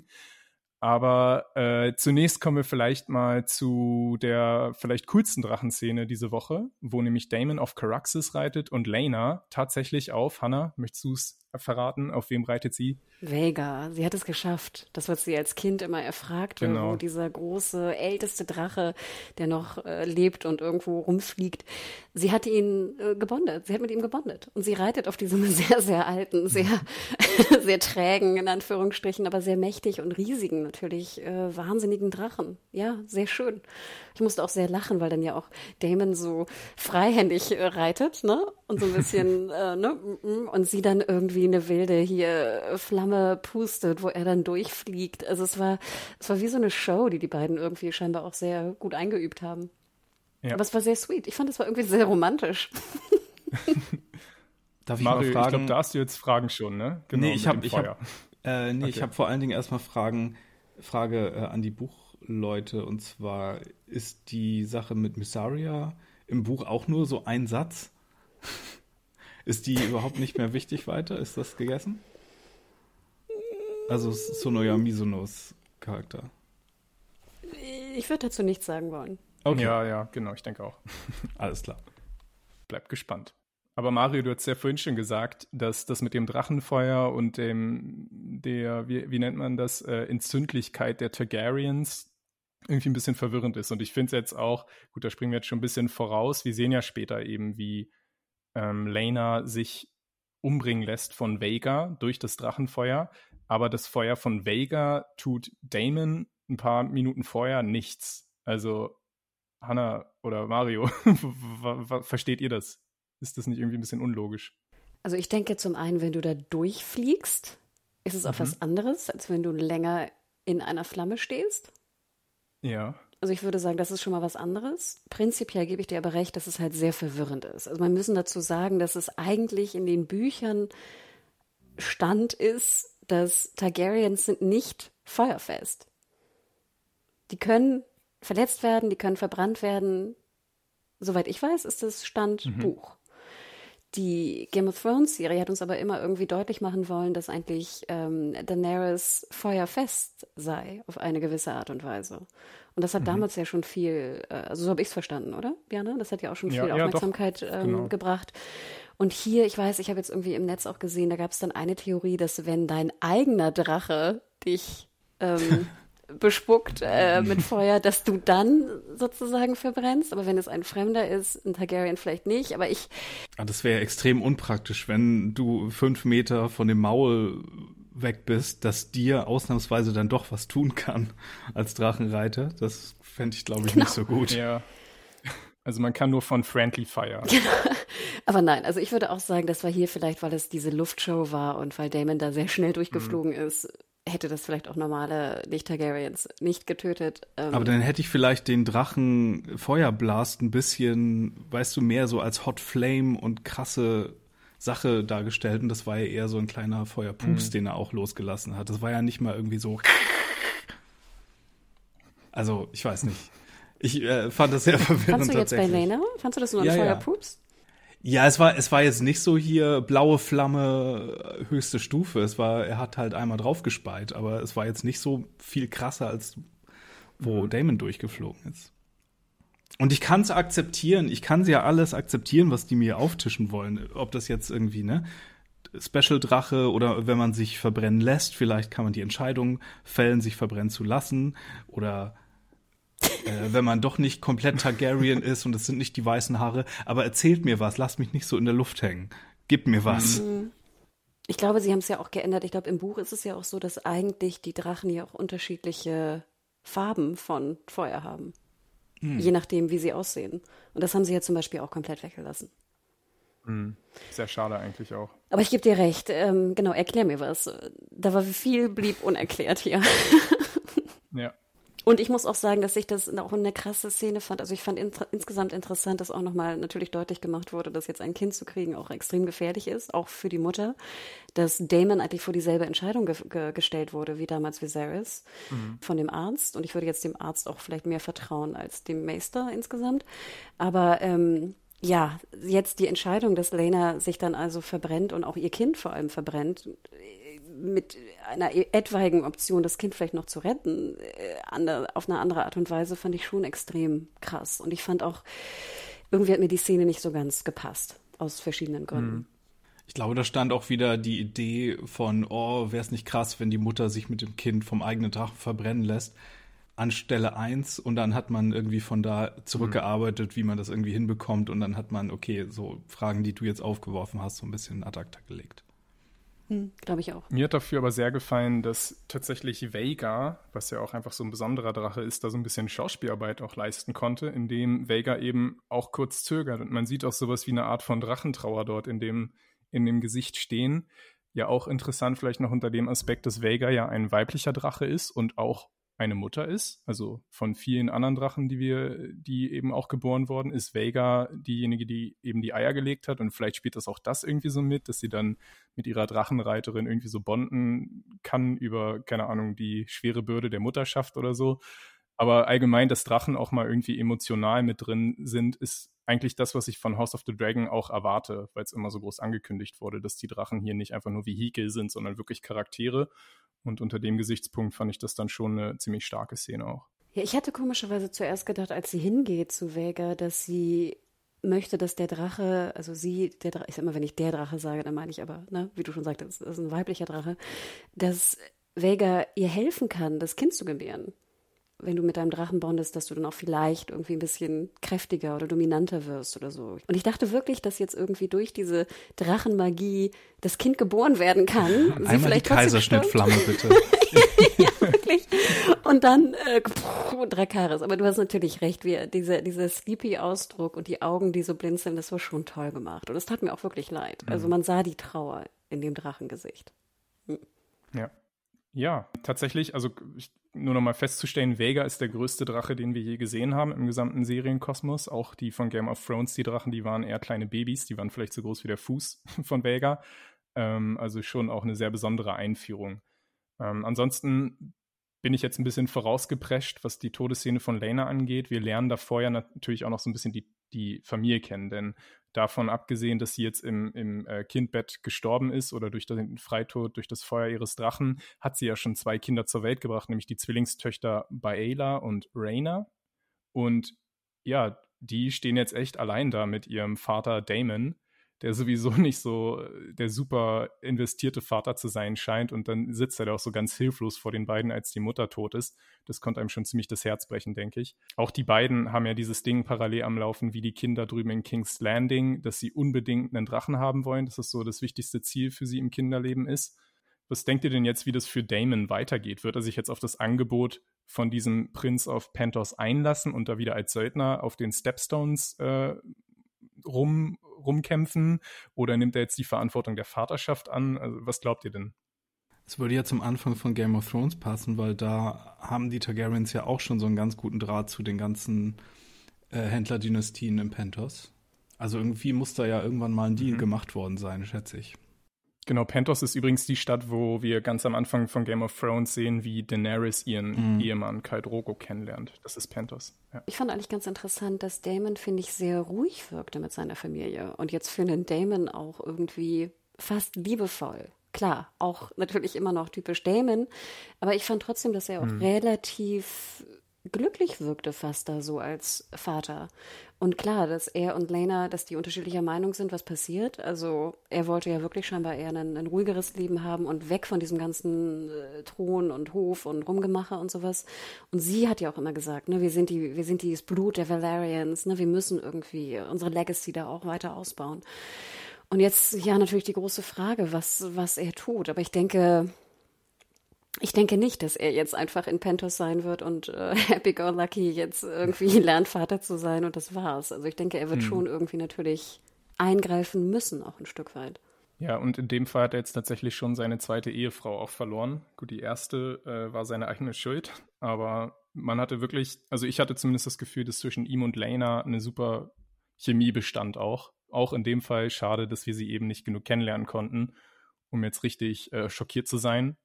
Aber äh, zunächst kommen wir vielleicht mal zu der vielleicht coolsten Drachenszene diese Woche, wo nämlich Daemon auf Caraxes reitet und Laena tatsächlich auf, Hannah, möchtest du es verraten, auf wem reitet sie? Vhagar, sie hat es geschafft. Das, was sie als Kind immer erfragte, genau. Wo dieser große, älteste Drache, der noch äh, lebt und irgendwo rumfliegt, sie hat ihn äh, gebondet, sie hat mit ihm gebondet. Und sie reitet auf diesem sehr, sehr alten, sehr, sehr trägen, in Anführungsstrichen, aber sehr mächtig und riesigen natürlich, äh, wahnsinnigen Drachen. Ja, sehr schön. Ich musste auch sehr lachen, weil dann ja auch Daemon so freihändig äh, reitet, ne? Und so ein bisschen, äh, ne? Und sie dann irgendwie eine wilde hier Flamme pustet, wo er dann durchfliegt. Also es war, es war wie so eine Show, die die beiden irgendwie scheinbar auch sehr gut eingeübt haben. Ja. Aber es war sehr sweet. Ich fand, es war irgendwie sehr romantisch. Darf ich Mario, mal fragen? Ich glaube, da hast du jetzt Fragen schon, ne? Genau, nee, ich habe hab, äh, nee, okay. ich hab vor allen Dingen erstmal Fragen, Frage äh, an die Buchleute. Und zwar, ist die Sache mit Mysaria im Buch auch nur so ein Satz? Ist die überhaupt nicht mehr wichtig weiter? Ist das gegessen? Also Sonoya Misonos Charakter. Ich würde dazu nichts sagen wollen. Okay. Ja, ja, genau, ich denke auch. Alles klar. Bleibt gespannt. Aber Mario, du hast ja vorhin schon gesagt, dass das mit dem Drachenfeuer und dem, der, wie, wie nennt man das, äh, Entzündlichkeit der Targaryens irgendwie ein bisschen verwirrend ist. Und ich finde es jetzt auch, gut, da springen wir jetzt schon ein bisschen voraus, wir sehen ja später eben, wie ähm, Laena sich umbringen lässt von Vhagar durch das Drachenfeuer, aber das Feuer von Vhagar tut Daemon ein paar Minuten vorher nichts. Also Hannah oder Mario, versteht ihr das? Ist das nicht irgendwie ein bisschen unlogisch? Also ich denke zum einen, wenn du da durchfliegst, ist es auch mhm. was anderes, als wenn du länger in einer Flamme stehst. Ja. Also ich würde sagen, das ist schon mal was anderes. Prinzipiell gebe ich dir aber recht, dass es halt sehr verwirrend ist. Also man müssen dazu sagen, dass es eigentlich in den Büchern Stand ist, dass Targaryens sind nicht feuerfest. Die können verletzt werden, die können verbrannt werden. Soweit ich weiß, ist das Stand mhm. Buch. Die Game of Thrones Serie hat uns aber immer irgendwie deutlich machen wollen, dass eigentlich ähm, Daenerys feuerfest sei, auf eine gewisse Art und Weise. Und das hat mhm. damals ja schon viel, äh, also so habe ich es verstanden, oder, Jana? Das hat ja auch schon viel ja, Aufmerksamkeit ja, ähm, genau. gebracht. Und hier, ich weiß, ich habe jetzt irgendwie im Netz auch gesehen, da gab es dann eine Theorie, dass wenn dein eigener Drache dich ähm, bespuckt äh, mit Feuer, dass du dann sozusagen verbrennst. Aber wenn es ein Fremder ist, ein Targaryen vielleicht nicht. Aber ich... Ah, das wäre extrem unpraktisch, wenn du fünf Meter von dem Maul weg bist, dass dir ausnahmsweise dann doch was tun kann als Drachenreiter. Das fände ich, glaube ich, genau. nicht so gut. Ja. Also man kann nur von Friendly Fire. Aber nein, also ich würde auch sagen, das war hier vielleicht, weil es diese Luftshow war und weil Daemon da sehr schnell durchgeflogen mhm. ist, hätte das vielleicht auch normale Nicht-Targaryens nicht getötet. Ähm, Aber dann hätte ich vielleicht den Drachen Feuerblast ein bisschen, weißt du, mehr so als Hot Flame und krasse Sache dargestellt. Und das war ja eher so ein kleiner Feuerpups, mhm. den er auch losgelassen hat. Das war ja nicht mal irgendwie so. Also, ich weiß nicht. Ich äh, fand das sehr verwirrend. Fandst du jetzt bei Laena? Fandst du das nur ein ja, Feuerpups? Ja. ja, es war, es war jetzt nicht so hier blaue Flamme, höchste Stufe. Es war, er hat halt einmal draufgespeit, aber es war jetzt nicht so viel krasser, als wo mhm. Daemon durchgeflogen ist. Und ich kann es akzeptieren. Ich kann sie ja alles akzeptieren, was die mir auftischen wollen. Ob das jetzt irgendwie, ne, Special-Drache oder wenn man sich verbrennen lässt, vielleicht kann man die Entscheidung fällen, sich verbrennen zu lassen. Oder äh, wenn man doch nicht komplett Targaryen ist und es sind nicht die weißen Haare. Aber erzählt mir was, lasst mich nicht so in der Luft hängen. Gebt mir was. Mhm. Ich glaube, sie haben es ja auch geändert. Ich glaube, im Buch ist es ja auch so, dass eigentlich die Drachen ja auch unterschiedliche Farben von Feuer haben. Mhm. Je nachdem, wie sie aussehen. Und das haben sie ja zum Beispiel auch komplett weggelassen. Mhm. Sehr schade eigentlich auch. Aber ich gebe dir recht. Ähm, genau, erklär mir was. Da war viel, blieb unerklärt hier. Ja. Und ich muss auch sagen, dass ich das auch eine krasse Szene fand. Also ich fand in, insgesamt interessant, dass auch nochmal natürlich deutlich gemacht wurde, dass jetzt ein Kind zu kriegen auch extrem gefährlich ist, auch für die Mutter. Dass Daemon eigentlich vor dieselbe Entscheidung ge- ge- gestellt wurde, wie damals Viserys mhm. von dem Arzt. Und ich würde jetzt dem Arzt auch vielleicht mehr vertrauen als dem Maester insgesamt. Aber ähm, ja, jetzt die Entscheidung, dass Laena sich dann also verbrennt und auch ihr Kind vor allem verbrennt, mit einer etwaigen Option, das Kind vielleicht noch zu retten, äh, auf eine andere Art und Weise, fand ich schon extrem krass. Und ich fand auch, irgendwie hat mir die Szene nicht so ganz gepasst, aus verschiedenen Gründen. Ich glaube, da stand auch wieder die Idee von, oh, wäre es nicht krass, wenn die Mutter sich mit dem Kind vom eigenen Drachen verbrennen lässt, an Stelle eins, und dann hat man irgendwie von da zurückgearbeitet, wie man das irgendwie hinbekommt, und dann hat man, okay, so Fragen, die du jetzt aufgeworfen hast, so ein bisschen ad acta gelegt. Hm, glaube ich auch. Mir hat dafür aber sehr gefallen, dass tatsächlich Vhagar, was ja auch einfach so ein besonderer Drache ist, da so ein bisschen Schauspielarbeit auch leisten konnte, indem Vhagar eben auch kurz zögert. Und man sieht auch sowas wie eine Art von Drachentrauer dort in dem, in dem Gesicht stehen. Ja, auch interessant vielleicht noch unter dem Aspekt, dass Vhagar ja ein weiblicher Drache ist und auch eine Mutter ist. Also von vielen anderen Drachen, die wir, die eben auch geboren worden ist, Vhagar diejenige, die eben die Eier gelegt hat. Und vielleicht spielt das auch das irgendwie so mit, dass sie dann mit ihrer Drachenreiterin irgendwie so bonden kann über, keine Ahnung, die schwere Bürde der Mutterschaft oder so. Aber allgemein, dass Drachen auch mal irgendwie emotional mit drin sind, ist eigentlich das, was ich von House of the Dragon auch erwarte, weil es immer so groß angekündigt wurde, dass die Drachen hier nicht einfach nur Vehikel sind, sondern wirklich Charaktere. Und unter dem Gesichtspunkt fand ich das dann schon eine ziemlich starke Szene auch. Ja, ich hatte komischerweise zuerst gedacht, als sie hingeht zu Vhagar, dass sie möchte, dass der Drache, also sie, der Drache, ich sag mal, wenn ich der Drache sage, dann meine ich aber, ne, wie du schon sagtest, das ist ein weiblicher Drache, dass Vhagar ihr helfen kann, das Kind zu gebären. Wenn du mit deinem Drachen bondest, dass du dann auch vielleicht irgendwie ein bisschen kräftiger oder dominanter wirst oder so. Und ich dachte wirklich, dass jetzt irgendwie durch diese Drachenmagie das Kind geboren werden kann. Einmal sie vielleicht die Kaiserschnittflamme, bitte. Ja, wirklich. Und dann äh, Dracarys. Aber du hast natürlich recht, wie dieser, dieser Sleepy-Ausdruck und die Augen, die so blinzeln, das war schon toll gemacht. Und es tat mir auch wirklich leid. Mhm. Also man sah die Trauer in dem Drachengesicht. Hm. Ja. Ja, tatsächlich, also ich nur noch mal festzustellen, Vhagar ist der größte Drache, den wir je gesehen haben im gesamten Serienkosmos. Auch die von Game of Thrones, die Drachen, die waren eher kleine Babys, die waren vielleicht so groß wie der Fuß von Vhagar. Ähm, also schon auch eine sehr besondere Einführung. Ähm, ansonsten bin ich jetzt ein bisschen vorausgeprescht, was die Todesszene von Laena angeht. Wir lernen da vorher natürlich auch noch so ein bisschen die, die Familie kennen, denn davon abgesehen, dass sie jetzt im, im äh, Kindbett gestorben ist oder durch den Freitod, durch das Feuer ihres Drachen, hat sie ja schon zwei Kinder zur Welt gebracht, nämlich die Zwillingstöchter Baela und Rhaena. Und ja, die stehen jetzt echt allein da mit ihrem Vater Daemon, der sowieso nicht so der super investierte Vater zu sein scheint. Und dann sitzt er da auch so ganz hilflos vor den beiden, als die Mutter tot ist. Das konnte einem schon ziemlich das Herz brechen, denke ich. Auch die beiden haben ja dieses Ding parallel am Laufen wie die Kinder drüben in King's Landing, dass sie unbedingt einen Drachen haben wollen, dass das so das wichtigste Ziel für sie im Kinderleben ist. Was denkt ihr denn jetzt, wie das für Daemon weitergeht? Wird er sich jetzt auf das Angebot von diesem Prinz of Pentos einlassen und da wieder als Söldner auf den Stepstones äh, rum, rumkämpfen? Oder nimmt er jetzt die Verantwortung der Vaterschaft an? Also, was glaubt ihr denn? Es würde ja zum Anfang von Game of Thrones passen, weil da haben die Targaryens ja auch schon so einen ganz guten Draht zu den ganzen äh, Händlerdynastien in Pentos. Also irgendwie muss da ja irgendwann mal ein Deal mhm. gemacht worden sein, schätze ich. Genau, Pentos ist übrigens die Stadt, wo wir ganz am Anfang von Game of Thrones sehen, wie Daenerys ihren mhm. Ehemann Khal Drogo kennenlernt. Das ist Pentos. Ja. Ich fand eigentlich ganz interessant, dass Daemon, finde ich, sehr ruhig wirkte mit seiner Familie. Und jetzt für einen Daemon auch irgendwie fast liebevoll. Klar, auch natürlich immer noch typisch Daemon. Aber ich fand trotzdem, dass er auch mhm. relativ glücklich wirkte fast da so als Vater. Und klar, dass er und Laena, dass die unterschiedlicher Meinung sind, was passiert. Also er wollte ja wirklich scheinbar eher ein, ein ruhigeres Leben haben und weg von diesem ganzen äh, Thron und Hof und Rumgemache und sowas. Und sie hat ja auch immer gesagt, ne, wir sind die, wir sind das Blut der Valerians, ne, wir müssen irgendwie unsere Legacy da auch weiter ausbauen. Und jetzt, ja, natürlich die große Frage, was, was er tut. Aber ich denke, ich denke nicht, dass er jetzt einfach in Pentos sein wird und äh, happy-go-lucky jetzt irgendwie lernt, Vater zu sein und das war's. Also ich denke, er wird hm. schon irgendwie natürlich eingreifen müssen, auch ein Stück weit. Ja, und in dem Fall hat er jetzt tatsächlich schon seine zweite Ehefrau auch verloren. Gut, die erste äh, war seine eigene Schuld, aber man hatte wirklich, also ich hatte zumindest das Gefühl, dass zwischen ihm und Laena eine super Chemie bestand auch. Auch in dem Fall schade, dass wir sie eben nicht genug kennenlernen konnten, um jetzt richtig äh, schockiert zu sein.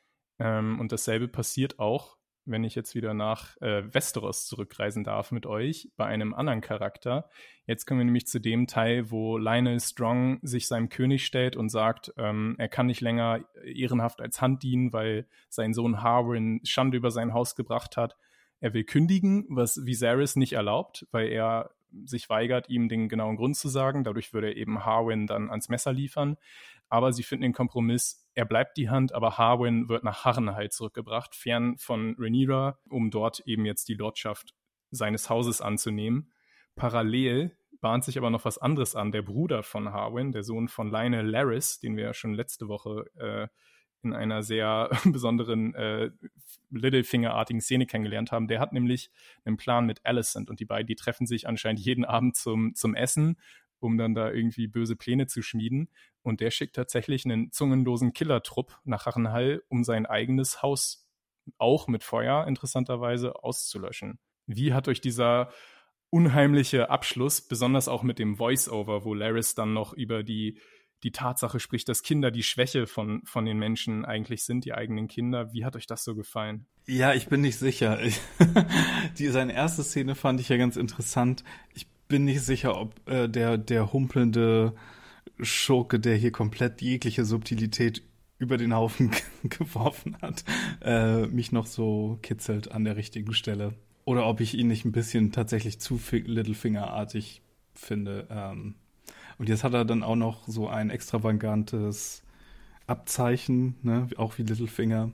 Ähm, und dasselbe passiert auch, wenn ich jetzt wieder nach äh, Westeros zurückreisen darf mit euch, bei einem anderen Charakter. Jetzt kommen wir nämlich zu dem Teil, wo Lyonel Strong sich seinem König stellt und sagt, ähm, er kann nicht länger ehrenhaft als Hand dienen, weil sein Sohn Harwin Schande über sein Haus gebracht hat. Er will kündigen, was Viserys nicht erlaubt, weil er sich weigert, ihm den genauen Grund zu sagen. Dadurch würde er eben Harwin dann ans Messer liefern. Aber sie finden den Kompromiss, er bleibt die Hand, aber Harwin wird nach Harrenhal zurückgebracht, fern von Rhaenyra, um dort eben jetzt die Lordschaft seines Hauses anzunehmen. Parallel bahnt sich aber noch was anderes an. Der Bruder von Harwin, der Sohn von Lyonel Larys, den wir ja schon letzte Woche äh, in einer sehr besonderen äh, Littlefinger-artigen Szene kennengelernt haben, der hat nämlich einen Plan mit Alicent und die beiden, die treffen sich anscheinend jeden Abend zum, zum Essen, um dann da irgendwie böse Pläne zu schmieden. Und der schickt tatsächlich einen zungenlosen Killertrupp nach Harrenhal, um sein eigenes Haus auch mit Feuer interessanterweise auszulöschen. Wie hat euch dieser unheimliche Abschluss, besonders auch mit dem Voice-Over, wo Larys dann noch über die, die Tatsache spricht, dass Kinder die Schwäche von, von den Menschen eigentlich sind, die eigenen Kinder. Wie hat euch das so gefallen? Ja, ich bin nicht sicher. Ich, die, seine erste Szene fand ich ja ganz interessant. Ich bin nicht sicher, ob äh, der, der humpelnde Schurke, der hier komplett jegliche Subtilität über den Haufen geworfen hat, äh, mich noch so kitzelt an der richtigen Stelle. Oder ob ich ihn nicht ein bisschen tatsächlich zu Littlefinger-artig finde. Ähm, und jetzt hat er dann auch noch so ein extravagantes Abzeichen, ne, auch wie Littlefinger.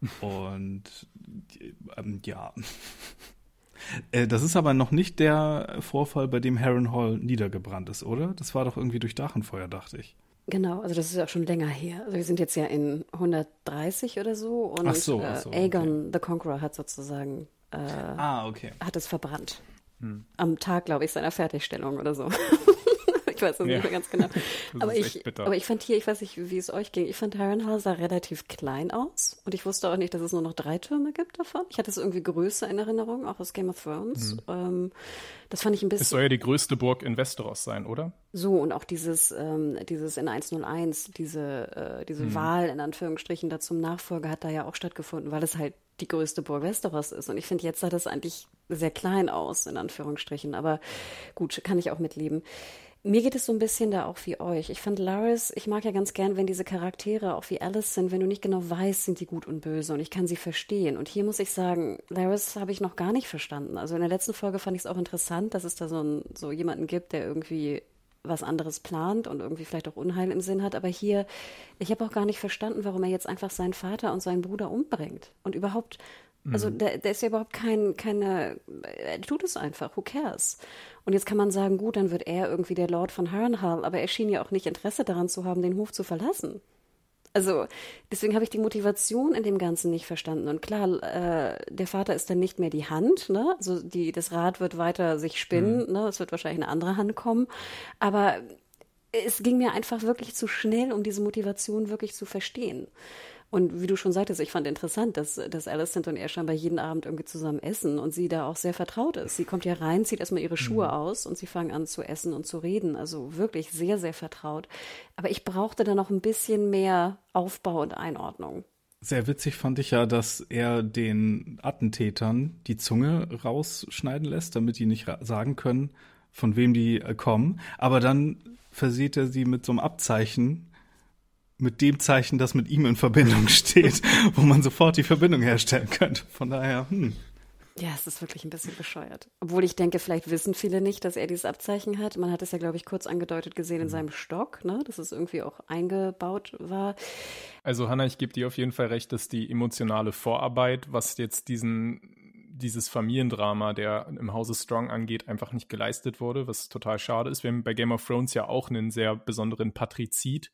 Und ähm, ja... Das ist aber noch nicht der Vorfall, bei dem Harrenhal niedergebrannt ist, oder? Das war doch irgendwie durch Drachenfeuer, dachte ich. Genau, also das ist auch schon länger her. Also wir sind jetzt ja in hundertdreißig oder so und ach so, ach so, äh, Aegon okay. the Conqueror hat sozusagen äh, ah, okay. hat es verbrannt. Hm. Am Tag, glaube ich, seiner Fertigstellung oder so. ich weiß es Ja. nicht mehr ganz genau. Das Aber ist ich, echt bitter. aber ich fand hier, ich weiß nicht, wie es euch ging, ich fand Harrenhal sah relativ klein aus und ich wusste auch nicht, dass es nur noch drei Türme gibt davon. Ich hatte es irgendwie größer in Erinnerung, auch aus Game of Thrones. Mhm. Ähm, das fand ich ein bisschen... Es soll ja die größte Burg in Westeros sein, oder? So, und auch dieses, ähm, dieses in hunderteins, diese, äh, diese mhm. Wahl in Anführungsstrichen da zum Nachfolger hat da ja auch stattgefunden, weil es halt die größte Burg Westeros ist. Und ich finde, jetzt sah das eigentlich sehr klein aus, in Anführungsstrichen. Aber gut, kann ich auch mitleben. Mir geht es so ein bisschen da auch wie euch. Ich fand Larys, ich mag ja ganz gern, wenn diese Charaktere auch wie Alice sind, wenn du nicht genau weißt, sind die gut und böse und ich kann sie verstehen. Und hier muss ich sagen, Larys habe ich noch gar nicht verstanden. Also in der letzten Folge fand ich es auch interessant, dass es da so, ein, so jemanden gibt, der irgendwie was anderes plant und irgendwie vielleicht auch Unheil im Sinn hat. Aber hier, ich habe auch gar nicht verstanden, warum er jetzt einfach seinen Vater und seinen Bruder umbringt. Und überhaupt, also mhm. der, der ist ja überhaupt kein, keine, er tut es einfach, who cares? Und jetzt kann man sagen, gut, dann wird er irgendwie der Lord von Harrenhal, aber er schien ja auch nicht Interesse daran zu haben, den Hof zu verlassen. Also deswegen habe ich die Motivation in dem Ganzen nicht verstanden. Und klar, äh, der Vater ist dann nicht mehr die Hand, ne? Also die, das Rad wird weiter sich spinnen, mhm. ne? Es wird wahrscheinlich eine andere Hand kommen. Aber es ging mir einfach wirklich zu schnell, um diese Motivation wirklich zu verstehen. Und wie du schon sagtest, ich fand interessant, dass, dass Alicent und er scheinbar jeden Abend irgendwie zusammen essen und sie da auch sehr vertraut ist. Sie kommt ja rein, zieht erstmal ihre Schuhe mhm. aus und sie fangen an zu essen und zu reden. Also wirklich sehr, sehr vertraut. Aber ich brauchte da noch ein bisschen mehr Aufbau und Einordnung. Sehr witzig fand ich ja, dass er den Attentätern die Zunge rausschneiden lässt, damit die nicht ra- sagen können, von wem die äh, kommen. Aber dann versieht er sie mit so einem Abzeichen, mit dem Zeichen, das mit ihm in Verbindung steht, wo man sofort die Verbindung herstellen könnte. Von daher, hm. Ja, es ist wirklich ein bisschen bescheuert. Obwohl ich denke, vielleicht wissen viele nicht, dass er dieses Abzeichen hat. Man hat es ja, glaube ich, kurz angedeutet gesehen in seinem Stock, ne? Dass es irgendwie auch eingebaut war. Also Hannah, ich gebe dir auf jeden Fall recht, dass die emotionale Vorarbeit, was jetzt diesen dieses Familiendrama, der im Hause Strong angeht, einfach nicht geleistet wurde, was total schade ist. Wir haben bei Game of Thrones ja auch einen sehr besonderen Patrizid,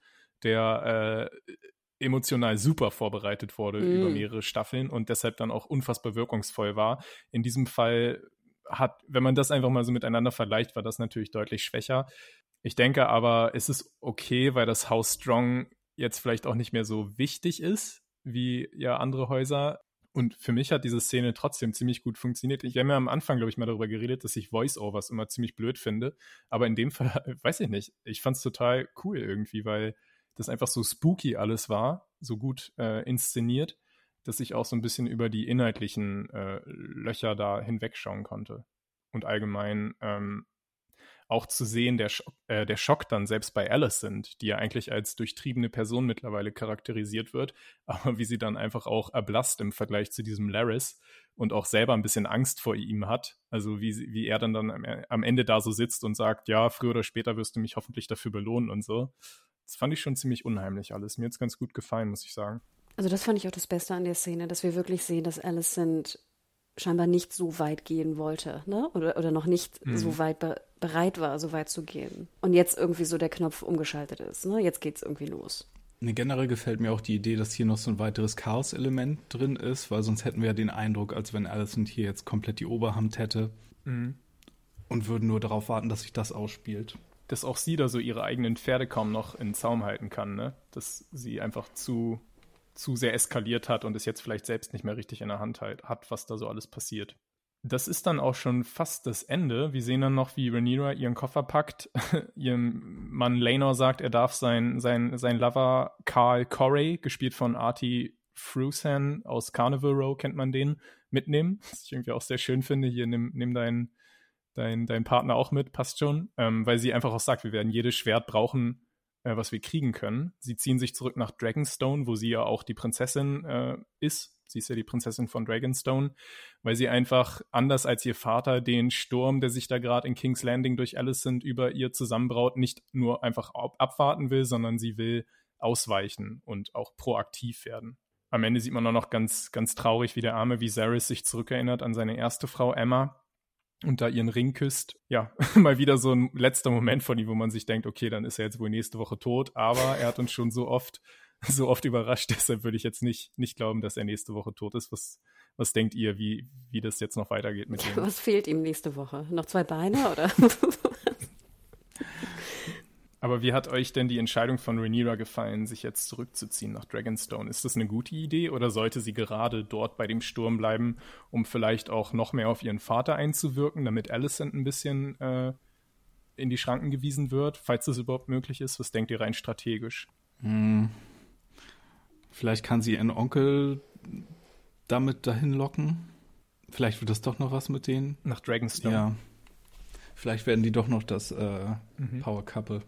der äh, emotional super vorbereitet wurde mm. über mehrere Staffeln und deshalb dann auch unfassbar wirkungsvoll war. In diesem Fall hat, wenn man das einfach mal so miteinander vergleicht, war das natürlich deutlich schwächer. Ich denke aber, es ist okay, weil das Haus Strong jetzt vielleicht auch nicht mehr so wichtig ist, wie ja andere Häuser. Und für mich hat diese Szene trotzdem ziemlich gut funktioniert. Ich habe ja am Anfang, glaube ich, mal darüber geredet, dass ich Voice-Overs immer ziemlich blöd finde. Aber in dem Fall, weiß ich nicht, ich fand es total cool irgendwie, weil das einfach so spooky alles war, so gut äh, inszeniert, dass ich auch so ein bisschen über die inhaltlichen äh, Löcher da hinwegschauen konnte. Und allgemein ähm, auch zu sehen, der, Schock, äh, der Schock dann selbst bei Alicent, die ja eigentlich als durchtriebene Person mittlerweile charakterisiert wird, aber wie sie dann einfach auch erblasst im Vergleich zu diesem Larys und auch selber ein bisschen Angst vor ihm hat. Also wie, wie er dann, dann am, am Ende da so sitzt und sagt, ja, früher oder später wirst du mich hoffentlich dafür belohnen und so. Das fand ich schon ziemlich unheimlich alles. Mir hat es ganz gut gefallen, muss ich sagen. Also das fand ich auch das Beste an der Szene, dass wir wirklich sehen, dass Alicent scheinbar nicht so weit gehen wollte, ne? Oder, oder noch nicht mhm. so weit be- bereit war, so weit zu gehen. Und jetzt irgendwie so der Knopf umgeschaltet ist, ne? Jetzt geht's irgendwie los. Nee, generell gefällt mir auch die Idee, dass hier noch so ein weiteres Chaos-Element drin ist, weil sonst hätten wir ja den Eindruck, als wenn Alicent hier jetzt komplett die Oberhand hätte mhm. und würden nur darauf warten, dass sich das ausspielt. Dass auch sie da so ihre eigenen Pferde kaum noch in Zaum halten kann, ne? Dass sie einfach zu, zu sehr eskaliert hat und es jetzt vielleicht selbst nicht mehr richtig in der Hand halt hat, was da so alles passiert. Das ist dann auch schon fast das Ende. Wir sehen dann noch, wie Rhaenyra ihren Koffer packt. Ihrem Mann Laenor sagt, er darf sein, sein, sein Lover Carl Corey, gespielt von Artie Frusan aus Carnival Row, kennt man den, mitnehmen. Was ich irgendwie auch sehr schön finde. Hier, nimm, nimm deinen Dein, dein Partner auch mit, passt schon, ähm, weil sie einfach auch sagt, wir werden jedes Schwert brauchen, äh, was wir kriegen können. Sie ziehen sich zurück nach Dragonstone, wo sie ja auch die Prinzessin äh, ist. Sie ist ja die Prinzessin von Dragonstone, weil sie einfach, anders als ihr Vater, den Sturm, der sich da gerade in King's Landing durch Alicent über ihr zusammenbraut, nicht nur einfach abwarten will, sondern sie will ausweichen und auch proaktiv werden. Am Ende sieht man auch noch ganz, ganz traurig, wie der arme Viserys sich zurückerinnert an seine erste Frau Emma, und da ihren Ring küsst. Ja, mal wieder so ein letzter Moment von ihm, wo man sich denkt, okay, dann ist er jetzt wohl nächste Woche tot, aber er hat uns schon so oft, so oft überrascht, deshalb würde ich jetzt nicht, nicht glauben, dass er nächste Woche tot ist. Was, was denkt ihr, wie, wie das jetzt noch weitergeht mit ihm? Was fehlt ihm nächste Woche? Noch zwei Beine, oder? Aber wie hat euch denn die Entscheidung von Rhaenyra gefallen, sich jetzt zurückzuziehen nach Dragonstone? Ist das eine gute Idee oder sollte sie gerade dort bei dem Sturm bleiben, um vielleicht auch noch mehr auf ihren Vater einzuwirken, damit Alicent ein bisschen äh, in die Schranken gewiesen wird, falls das überhaupt möglich ist? Was denkt ihr rein strategisch? Hm. Vielleicht kann sie ihren Onkel damit dahin locken. Vielleicht wird das doch noch was mit denen. Nach Dragonstone? Ja. Vielleicht werden die doch noch das äh, Mhm. Power Couple.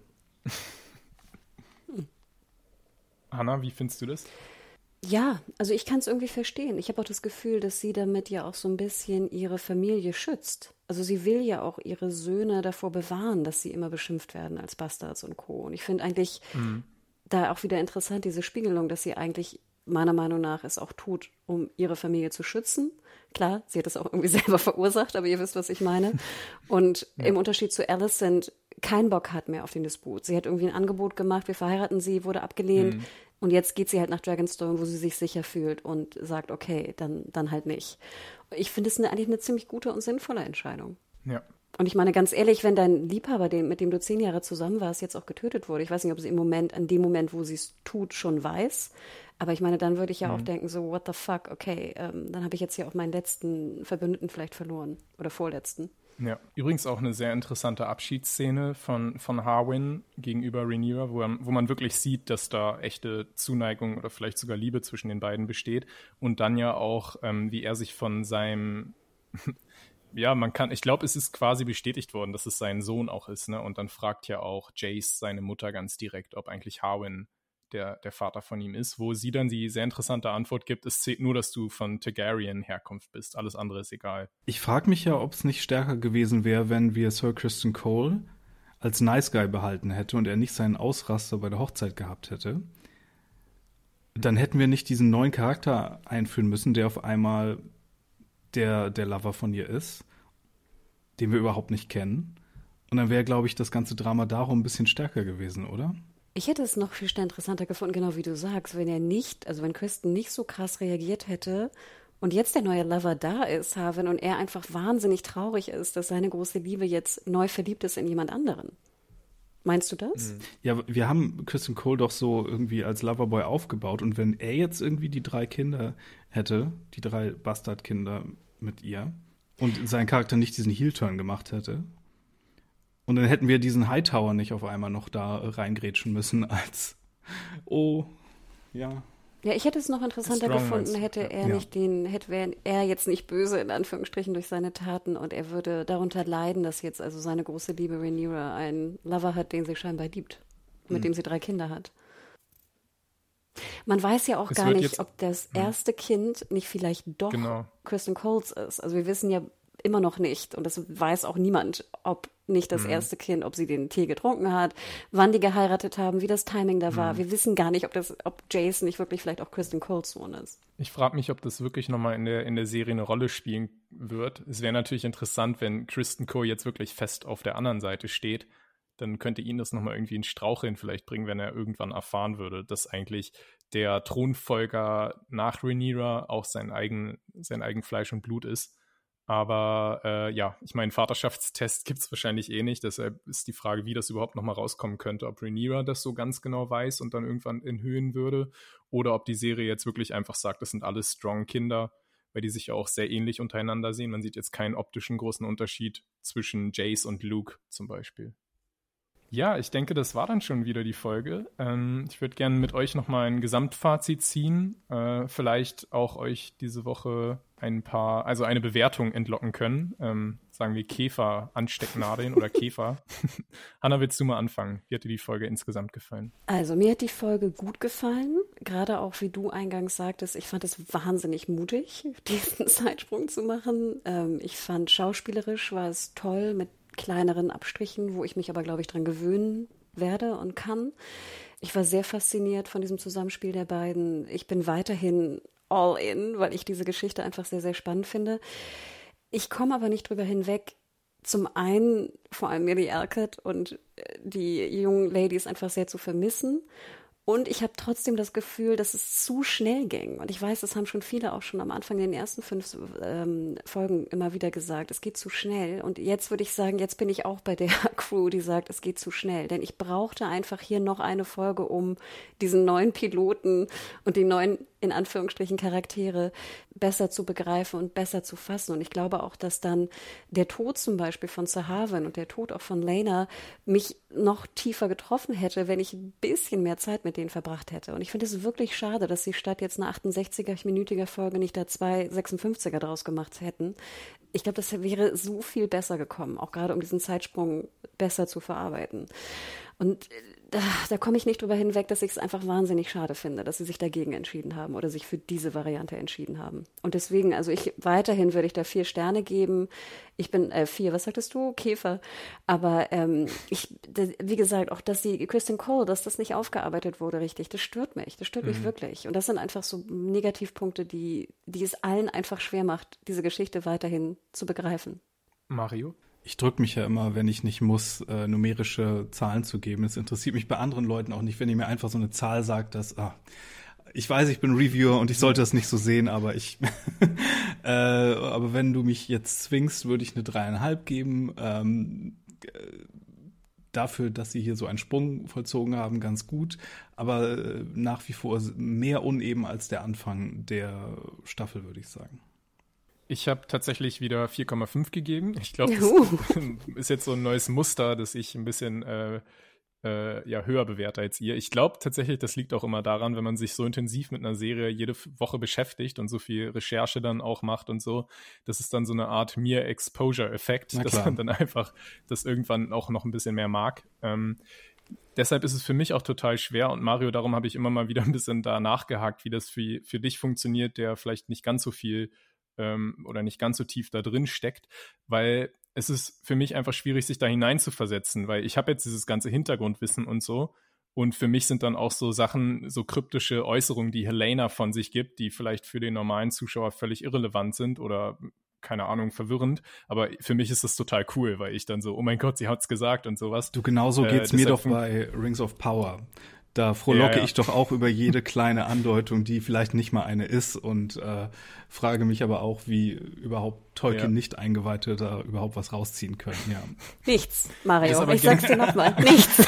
Hannah, wie findest du das? Ja, also ich kann es irgendwie verstehen. Ich habe auch das Gefühl, dass sie damit ja auch so ein bisschen ihre Familie schützt. Also sie will ja auch ihre Söhne davor bewahren, dass sie immer beschimpft werden als Bastards und Co. Und ich finde eigentlich Mhm. da auch wieder interessant, diese Spiegelung, dass sie eigentlich meiner Meinung nach es auch tut, um ihre Familie zu schützen. Klar, sie hat es auch irgendwie selber verursacht, aber ihr wisst, was ich meine. Und ja. im Unterschied zu Alicent keinen Bock hat mehr auf den Disput. Sie hat irgendwie ein Angebot gemacht, wir verheiraten sie, wurde abgelehnt. Mhm. Und jetzt geht sie halt nach Dragonstone, wo sie sich sicher fühlt und sagt, okay, dann, dann halt nicht. Ich finde es eine, eigentlich eine ziemlich gute und sinnvolle Entscheidung. Ja. Und ich meine, ganz ehrlich, wenn dein Liebhaber, dem, mit dem du zehn Jahre zusammen warst, jetzt auch getötet wurde, ich weiß nicht, ob sie im Moment, an dem Moment, wo sie es tut, schon weiß, aber ich meine, dann würde ich ja mhm. auch denken, so, what the fuck, okay, ähm, dann habe ich jetzt hier auch meinen letzten Verbündeten vielleicht verloren oder vorletzten. Ja, übrigens auch eine sehr interessante Abschiedsszene von, von Harwin gegenüber Rhaenyra, wo, wo man wirklich sieht, dass da echte Zuneigung oder vielleicht sogar Liebe zwischen den beiden besteht. Und dann ja auch, ähm, wie er sich von seinem, ja, man kann, ich glaube, es ist quasi bestätigt worden, dass es sein Sohn auch ist, ne? Und dann fragt ja auch Jace seine Mutter ganz direkt, ob eigentlich Harwin der, der Vater von ihm ist, wo sie dann die sehr interessante Antwort gibt, es zählt nur, dass du von Targaryen Herkunft bist, alles andere ist egal. Ich frage mich ja, ob es nicht stärker gewesen wäre, wenn wir Sir Criston Cole als Nice Guy behalten hätte und er nicht seinen Ausraster bei der Hochzeit gehabt hätte. Dann hätten wir nicht diesen neuen Charakter einführen müssen, der auf einmal der, der Lover von ihr ist, den wir überhaupt nicht kennen. Und dann wäre, glaube ich, das ganze Drama darum ein bisschen stärker gewesen, oder? Ich hätte es noch viel interessanter gefunden, genau wie du sagst, wenn er nicht, also wenn Criston nicht so krass reagiert hätte und jetzt der neue Lover da ist, Harwin, und er einfach wahnsinnig traurig ist, dass seine große Liebe jetzt neu verliebt ist in jemand anderen. Meinst du das? Ja, wir haben Criston Cole doch so irgendwie als Loverboy aufgebaut und wenn er jetzt irgendwie die drei Kinder hätte, die drei Bastardkinder mit ihr und sein Charakter nicht diesen Heel-Turn gemacht hätte, und dann hätten wir diesen Hightower nicht auf einmal noch da reingrätschen müssen als, oh, ja. Ja, ich hätte es noch interessanter Strong gefunden, als, hätte er ja. nicht den, hätte wäre er jetzt nicht böse, in Anführungsstrichen, durch seine Taten und er würde darunter leiden, dass jetzt also seine große Liebe Rhaenyra einen Lover hat, den sie scheinbar liebt, mit mhm. dem sie drei Kinder hat. Man weiß ja auch es gar nicht, jetzt, ob das erste Kind nicht vielleicht doch genau. Criston Coles ist. Also wir wissen ja immer noch nicht, und das weiß auch niemand, ob nicht das mhm. erste Kind, ob sie den Tee getrunken hat, wann die geheiratet haben, wie das Timing da war. Mhm. Wir wissen gar nicht, ob das, ob Jason nicht wirklich vielleicht auch Criston Coles Sohn ist. Ich frage mich, ob das wirklich nochmal in der, in der Serie eine Rolle spielen wird. Es wäre natürlich interessant, wenn Criston Cole jetzt wirklich fest auf der anderen Seite steht. Dann könnte ihn das nochmal irgendwie in Straucheln vielleicht bringen, wenn er irgendwann erfahren würde, dass eigentlich der Thronfolger nach Rhaenyra auch sein eigen, sein eigen Fleisch und Blut ist. Aber äh, ja, ich meine, Vaterschaftstest gibt es wahrscheinlich eh nicht. Deshalb ist die Frage, wie das überhaupt nochmal rauskommen könnte. Ob Rhaenyra das so ganz genau weiß und dann irgendwann enthüllen würde. Oder ob die Serie jetzt wirklich einfach sagt, das sind alles strong Kinder, weil die sich ja auch sehr ähnlich untereinander sehen. Man sieht jetzt keinen optischen großen Unterschied zwischen Jace und Luke zum Beispiel. Ja, ich denke, das war dann schon wieder die Folge. Ähm, ich würde gerne mit euch nochmal ein Gesamtfazit ziehen. Äh, vielleicht auch euch diese Woche ein paar, also eine Bewertung entlocken können. Ähm, sagen wir Käfer-Anstecknadeln oder Käfer. Hannah, willst du mal anfangen? Wie hat dir die Folge insgesamt gefallen? Also mir hat die Folge gut gefallen. Gerade auch, wie du eingangs sagtest, ich fand es wahnsinnig mutig, diesen Zeitsprung zu machen. Ähm, ich fand, schauspielerisch war es toll mit kleineren Abstrichen, wo ich mich aber, glaube ich, dran gewöhnen werde und kann. Ich war sehr fasziniert von diesem Zusammenspiel der beiden. Ich bin weiterhin all in, weil ich diese Geschichte einfach sehr, sehr spannend finde. Ich komme aber nicht drüber hinweg, zum einen vor allem Millie Alcock und die jungen Ladies einfach sehr zu vermissen Und ich habe trotzdem das Gefühl, dass es zu schnell ging. Und ich weiß, das haben schon viele auch schon am Anfang in den ersten fünf ähm, Folgen immer wieder gesagt, es geht zu schnell. Und jetzt würde ich sagen, jetzt bin ich auch bei der Crew, die sagt, es geht zu schnell. Denn ich brauchte einfach hier noch eine Folge, um diesen neuen Piloten und die neuen, in Anführungsstrichen, Charaktere besser zu begreifen und besser zu fassen. Und ich glaube auch, dass dann der Tod zum Beispiel von Sahavin und der Tod auch von Lena mich noch tiefer getroffen hätte, wenn ich ein bisschen mehr Zeit mit denen verbracht hätte. Und ich finde es wirklich schade, dass sie statt jetzt einer achtundsechzig-minütiger Folge nicht da zwei sechsundfünfziger draus gemacht hätten. Ich glaube, das wäre so viel besser gekommen, auch gerade um diesen Zeitsprung besser zu verarbeiten. Und da, da komme ich nicht drüber hinweg, dass ich es einfach wahnsinnig schade finde, dass sie sich dagegen entschieden haben oder sich für diese Variante entschieden haben. Und deswegen, also ich weiterhin würde ich da vier Sterne geben. Ich bin äh, vier, was sagtest du? Käfer. Aber ähm, ich, das, wie gesagt, auch dass die Kristen Cole, dass das nicht aufgearbeitet wurde richtig, das stört mich. Das stört mhm. mich wirklich. Und das sind einfach so Negativpunkte, die, die es allen einfach schwer macht, diese Geschichte weiterhin zu begreifen. Mario? Ich drücke mich ja immer, wenn ich nicht muss, äh, numerische Zahlen zu geben. Es interessiert mich bei anderen Leuten auch nicht, wenn ihr mir einfach so eine Zahl sagt, dass, ah, ich weiß, ich bin Reviewer und ich sollte das nicht so sehen, aber ich, äh, aber wenn du mich jetzt zwingst, würde ich eine dreieinhalb geben. Ähm, äh, dafür, dass sie hier so einen Sprung vollzogen haben, ganz gut, aber äh, nach wie vor mehr uneben als der Anfang der Staffel, würde ich sagen. Ich habe tatsächlich wieder vier Komma fünf gegeben. Ich glaube, das Juhu. ist jetzt so ein neues Muster, das ich ein bisschen äh, äh, ja, höher bewerte als ihr. Ich glaube tatsächlich, das liegt auch immer daran, wenn man sich so intensiv mit einer Serie jede Woche beschäftigt und so viel Recherche dann auch macht und so, das ist dann so eine Art Mere-Exposure-Effekt, dass man dann einfach das irgendwann auch noch ein bisschen mehr mag. Ähm, deshalb ist es für mich auch total schwer und Mario, darum habe ich immer mal wieder ein bisschen da nachgehakt, wie das für, für dich funktioniert, der vielleicht nicht ganz so viel oder nicht ganz so tief da drin steckt, weil es ist für mich einfach schwierig, sich da hineinzuversetzen, weil ich habe jetzt dieses ganze Hintergrundwissen und so und für mich sind dann auch so Sachen, so kryptische Äußerungen, die Helena von sich gibt, die vielleicht für den normalen Zuschauer völlig irrelevant sind oder keine Ahnung, verwirrend, aber für mich ist das total cool, weil ich dann so, oh mein Gott, sie hat's gesagt und sowas. Du, genauso geht's äh, mir doch bei Rings of Power. Da frohlocke ja, ja. ich doch auch über jede kleine Andeutung, die vielleicht nicht mal eine ist und äh, frage mich aber auch, wie überhaupt Tolkien ja. nicht Eingeweihte da überhaupt was rausziehen können. Ja. Nichts, Mario, ich sag's dir nochmal, nichts.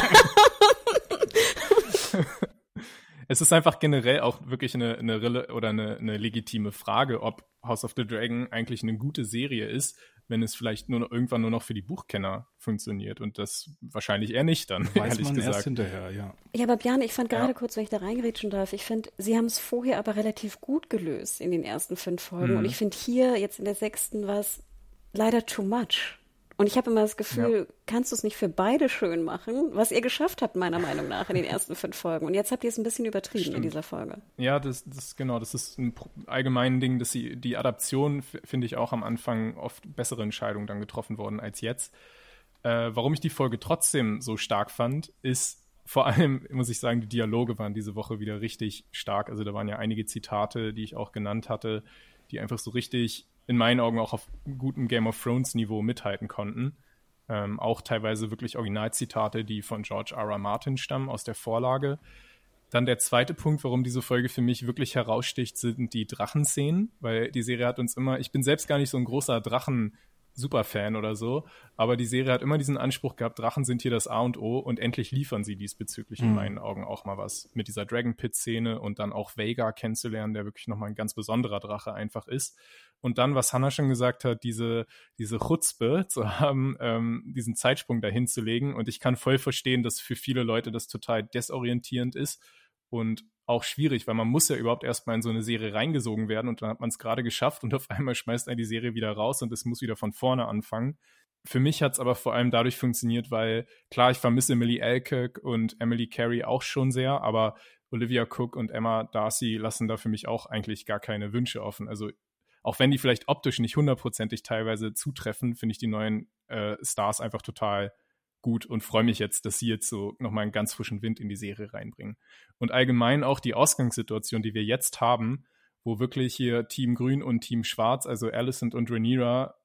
Es ist einfach generell auch wirklich eine, eine Rille oder eine, eine legitime Frage, ob House of the Dragon eigentlich eine gute Serie ist, wenn es vielleicht nur noch, irgendwann nur noch für die Buchkenner funktioniert und das wahrscheinlich eher nicht dann, weiß ehrlich man gesagt. Erst hinterher, ja. Ja, aber Bjarne, ich fand gerade ja. kurz, wenn ich da reingrätschen darf, ich finde, sie haben es vorher aber relativ gut gelöst in den ersten fünf Folgen Mhm. und ich finde hier, jetzt in der sechsten, war es leider too much. Und ich habe immer das Gefühl, ja. kannst du es nicht für beide schön machen, was ihr geschafft habt, meiner Meinung nach, in den ersten fünf Folgen. Und jetzt habt ihr es ein bisschen übertrieben Stimmt. in dieser Folge. Ja, das, das genau, das ist ein allgemeines Ding, dass sie, die Adaption, finde ich, auch am Anfang oft bessere Entscheidungen dann getroffen worden als jetzt. Äh, warum ich die Folge trotzdem so stark fand, ist vor allem, muss ich sagen, die Dialoge waren diese Woche wieder richtig stark. Also da waren ja einige Zitate, die ich auch genannt hatte, die einfach so richtig in meinen Augen auch auf gutem Game of Thrones Niveau mithalten konnten. Ähm, auch teilweise wirklich Originalzitate, die von George R. R. Martin stammen, aus der Vorlage. Dann der zweite Punkt, warum diese Folge für mich wirklich heraussticht, sind die Drachenszenen, weil die Serie hat uns immer, ich bin selbst gar nicht so ein großer Drachen- Superfan oder so, aber die Serie hat immer diesen Anspruch gehabt, Drachen sind hier das A und O und endlich liefern sie diesbezüglich mhm. in meinen Augen auch mal was. Mit dieser Dragon Pit-Szene und dann auch Vhagar kennenzulernen, der wirklich nochmal ein ganz besonderer Drache einfach ist. Und dann, was Hannah schon gesagt hat, diese, diese Chutzpe zu haben, ähm, diesen Zeitsprung dahin zu legen. Und ich kann voll verstehen, dass für viele Leute das total desorientierend ist und auch schwierig, weil man muss ja überhaupt erstmal in so eine Serie reingesogen werden und dann hat man es gerade geschafft und auf einmal schmeißt einen die Serie wieder raus und es muss wieder von vorne anfangen. Für mich hat es aber vor allem dadurch funktioniert, weil klar, ich vermisse Millie Alcock und Emily Carey auch schon sehr, aber Olivia Cook und Emma Darcy lassen da für mich auch eigentlich gar keine Wünsche offen. Also auch wenn die vielleicht optisch nicht hundertprozentig teilweise zutreffen, finde ich die neuen äh, Stars einfach total gut und freue mich jetzt, dass sie jetzt so nochmal einen ganz frischen Wind in die Serie reinbringen. Und allgemein auch die Ausgangssituation, die wir jetzt haben, wo wirklich hier Team Grün und Team Schwarz, also Alicent und Rhaenyra,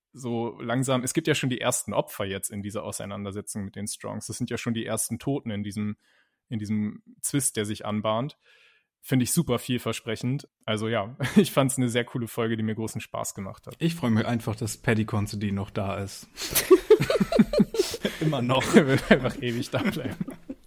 so langsam, es gibt ja schon die ersten Opfer jetzt in dieser Auseinandersetzung mit den Strongs. Das sind ja schon die ersten Toten in diesem, in diesem Zwist, der sich anbahnt. Finde ich super vielversprechend. Also ja, ich fand es eine sehr coole Folge, die mir großen Spaß gemacht hat. Ich freue mich einfach, dass Paddy Considine noch da ist. Immer noch. Er wird einfach ewig da bleiben.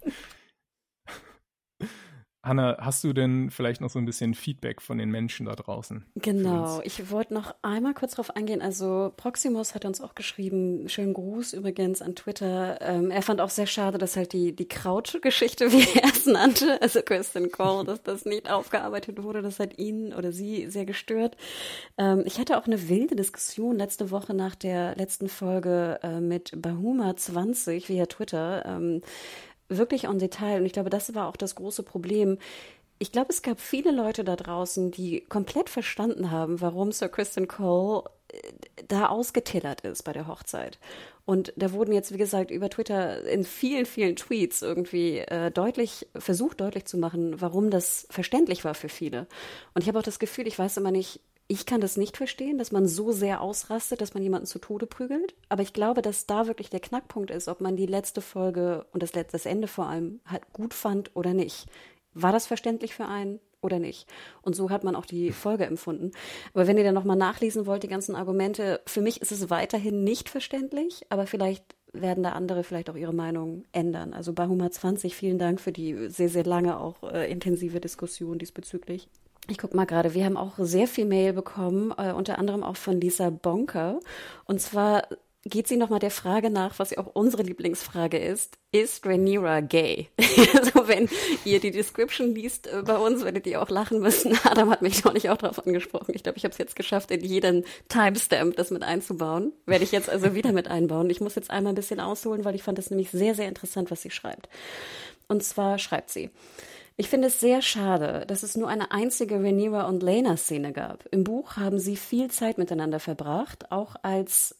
Hanna, hast du denn vielleicht noch so ein bisschen Feedback von den Menschen da draußen? Genau, ich wollte noch einmal kurz drauf eingehen. Also Proximus hat uns auch geschrieben, schönen Gruß übrigens an Twitter. Ähm, er fand auch sehr schade, dass halt die, die Kraut-Geschichte, wie er es nannte, also Kristen Cole, dass das nicht aufgearbeitet wurde. Das hat ihn oder sie sehr gestört. Ähm, ich hatte auch eine wilde Diskussion letzte Woche nach der letzten Folge äh, mit Bahuma zwanzig via Twitter, ähm, wirklich en Detail. Und ich glaube, das war auch das große Problem. Ich glaube, es gab viele Leute da draußen, die komplett verstanden haben, warum Sir Kristen Cole da ausgetillert ist bei der Hochzeit. Und da wurden jetzt, wie gesagt, über Twitter in vielen, vielen Tweets irgendwie äh, deutlich, versucht deutlich zu machen, warum das verständlich war für viele. Und ich habe auch das Gefühl, ich weiß immer nicht, ich kann das nicht verstehen, dass man so sehr ausrastet, dass man jemanden zu Tode prügelt. Aber ich glaube, dass da wirklich der Knackpunkt ist, ob man die letzte Folge und das, das Ende vor allem halt gut fand oder nicht. War das verständlich für einen oder nicht? Und so hat man auch die Folge empfunden. Aber wenn ihr dann nochmal nachlesen wollt, die ganzen Argumente, für mich ist es weiterhin nicht verständlich, aber vielleicht werden da andere vielleicht auch ihre Meinung ändern. Also Bahuma zwanzig, vielen Dank für die sehr, sehr lange auch äh, intensive Diskussion diesbezüglich. Ich gucke mal gerade, wir haben auch sehr viel Mail bekommen, äh, unter anderem auch von Lisa Bonker. Und zwar geht sie nochmal der Frage nach, was ja auch unsere Lieblingsfrage ist, ist Rhaenyra gay? Also wenn ihr die Description liest äh, bei uns, werdet ihr auch lachen müssen. Adam hat mich neulich auch darauf angesprochen. Ich glaube, ich habe es jetzt geschafft, in jeden Timestamp das mit einzubauen. Werde ich jetzt also wieder mit einbauen. Ich muss jetzt einmal ein bisschen ausholen, weil ich fand das nämlich sehr, sehr interessant, was sie schreibt. Und zwar schreibt sie: Ich finde es sehr schade, dass es nur eine einzige Rhaenyra und Laena-Szene gab. Im Buch haben sie viel Zeit miteinander verbracht, auch als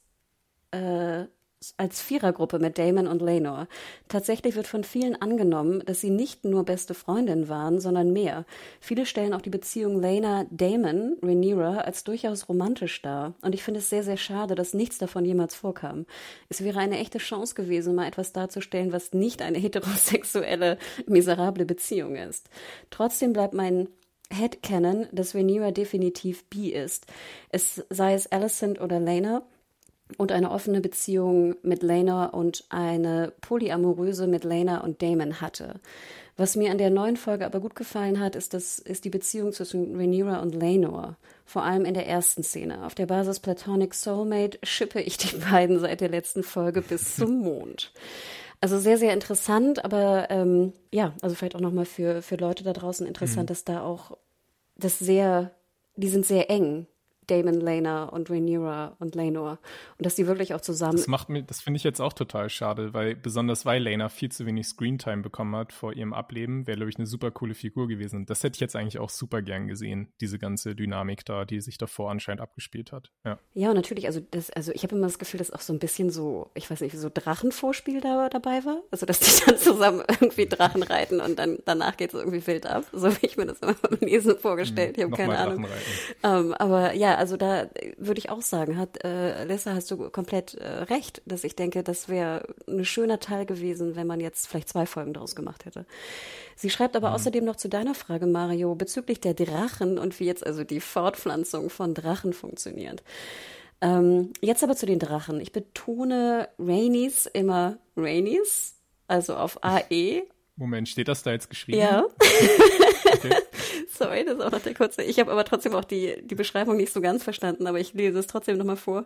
äh, als Vierergruppe mit Daemon und Laenor. Tatsächlich wird von vielen angenommen, dass sie nicht nur beste Freundinnen waren, sondern mehr. Viele stellen auch die Beziehung Laena-Daemon, Rhaenyra, als durchaus romantisch dar. Und ich finde es sehr, sehr schade, dass nichts davon jemals vorkam. Es wäre eine echte Chance gewesen, mal etwas darzustellen, was nicht eine heterosexuelle, miserable Beziehung ist. Trotzdem bleibt mein Headcanon, dass Rhaenyra definitiv bi ist. Es sei es Alicent oder Laena, und eine offene Beziehung mit Laena und eine polyamoröse mit Laena und Daemon hatte. Was mir an der neuen Folge aber gut gefallen hat, ist, das, ist die Beziehung zwischen Rhaenyra und Laenor. Vor allem in der ersten Szene. Auf der Basis Platonic Soulmate schippe ich die beiden seit der letzten Folge bis zum Mond. Also sehr, sehr interessant, aber ähm, ja, also vielleicht auch nochmal für, für Leute da draußen interessant, mhm. dass da auch das sehr, die sind sehr eng. Daemon, Laena und Rhaenyra und Laenor. Und dass die wirklich auch zusammen... Das macht mir, das finde ich jetzt auch total schade, weil besonders weil Laena viel zu wenig Screentime bekommen hat vor ihrem Ableben, wäre, glaube ich, eine super coole Figur gewesen. Und das hätte ich jetzt eigentlich auch super gern gesehen, diese ganze Dynamik da, die sich davor anscheinend abgespielt hat. Ja, ja, und natürlich, also das, also ich habe immer das Gefühl, dass auch so ein bisschen so, ich weiß nicht, so Drachenvorspiel da dabei war. Also dass die dann zusammen irgendwie Drachen reiten und dann danach geht es irgendwie wild ab. So wie ich mir das immer beim Lesen vorgestellt. Ich habe keine Ahnung. Ähm, aber ja, also da würde ich auch sagen, hat äh, Alyssa, hast du komplett äh, recht, dass ich denke, das wäre ein schöner Teil gewesen, wenn man jetzt vielleicht zwei Folgen daraus gemacht hätte. Sie schreibt aber mhm. außerdem noch zu deiner Frage, Mario, bezüglich der Drachen und wie jetzt also die Fortpflanzung von Drachen funktioniert. Ähm, jetzt aber zu den Drachen. Ich betone Rhaenys immer Rhaenys, also auf A E. Moment, steht das da jetzt geschrieben? Ja. Okay. Sorry, das ist auch noch der kurze. Ich habe aber trotzdem auch die, die Beschreibung nicht so ganz verstanden, aber ich lese es trotzdem nochmal vor.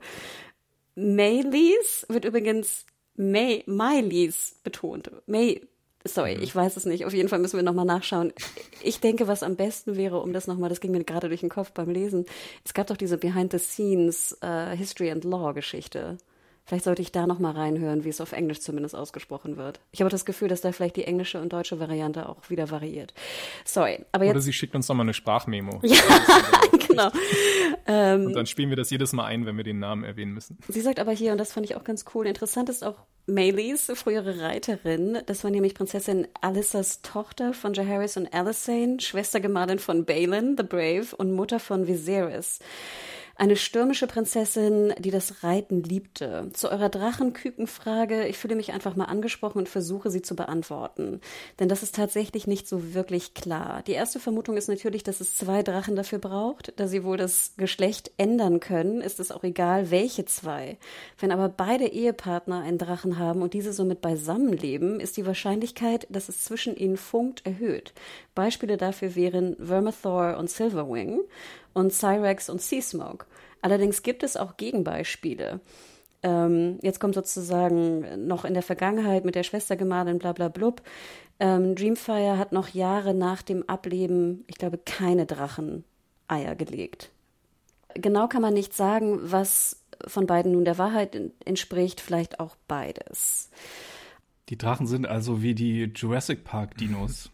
Maylys wird übrigens May, Maylys betont. May, sorry, ich weiß es nicht. Auf jeden Fall müssen wir nochmal nachschauen. Ich denke, was am besten wäre, um das nochmal, das ging mir gerade durch den Kopf beim Lesen. Es gab doch diese Behind-the-Scenes uh, History and Law-Geschichte. Vielleicht sollte ich da noch mal reinhören, wie es auf Englisch zumindest ausgesprochen wird. Ich habe das Gefühl, dass da vielleicht die englische und deutsche Variante auch wieder variiert. Sorry, aber jetzt... Oder sie schickt uns noch mal eine Sprachmemo. Ja, genau. Und dann spielen wir das jedes Mal ein, wenn wir den Namen erwähnen müssen. Sie sagt aber hier, und das fand ich auch ganz cool, interessant ist auch Maelys, frühere Reiterin. Das war nämlich Prinzessin Alyssas Tochter von Jaehaerys und Alysanne, Schwestergemahlin von Balon the Brave und Mutter von Viserys. Eine stürmische Prinzessin, die das Reiten liebte. Zu eurer Drachenkükenfrage, ich fühle mich einfach mal angesprochen und versuche sie zu beantworten. Denn das ist tatsächlich nicht so wirklich klar. Die erste Vermutung ist natürlich, dass es zwei Drachen dafür braucht. Da sie wohl das Geschlecht ändern können, ist es auch egal, welche zwei. Wenn aber beide Ehepartner einen Drachen haben und diese somit beisammen leben, ist die Wahrscheinlichkeit, dass es zwischen ihnen funkt, erhöht. Beispiele dafür wären Vermithor und Silverwing und Cyrex und Seasmoke. Allerdings gibt es auch Gegenbeispiele. Ähm, jetzt kommt sozusagen noch in der Vergangenheit mit der Schwestergemahlin blablablub. Ähm, Dreamfire hat noch Jahre nach dem Ableben, ich glaube, keine Dracheneier gelegt. Genau kann man nicht sagen, was von beiden nun der Wahrheit entspricht, vielleicht auch beides. Die Drachen sind also wie die Jurassic Park Dinos.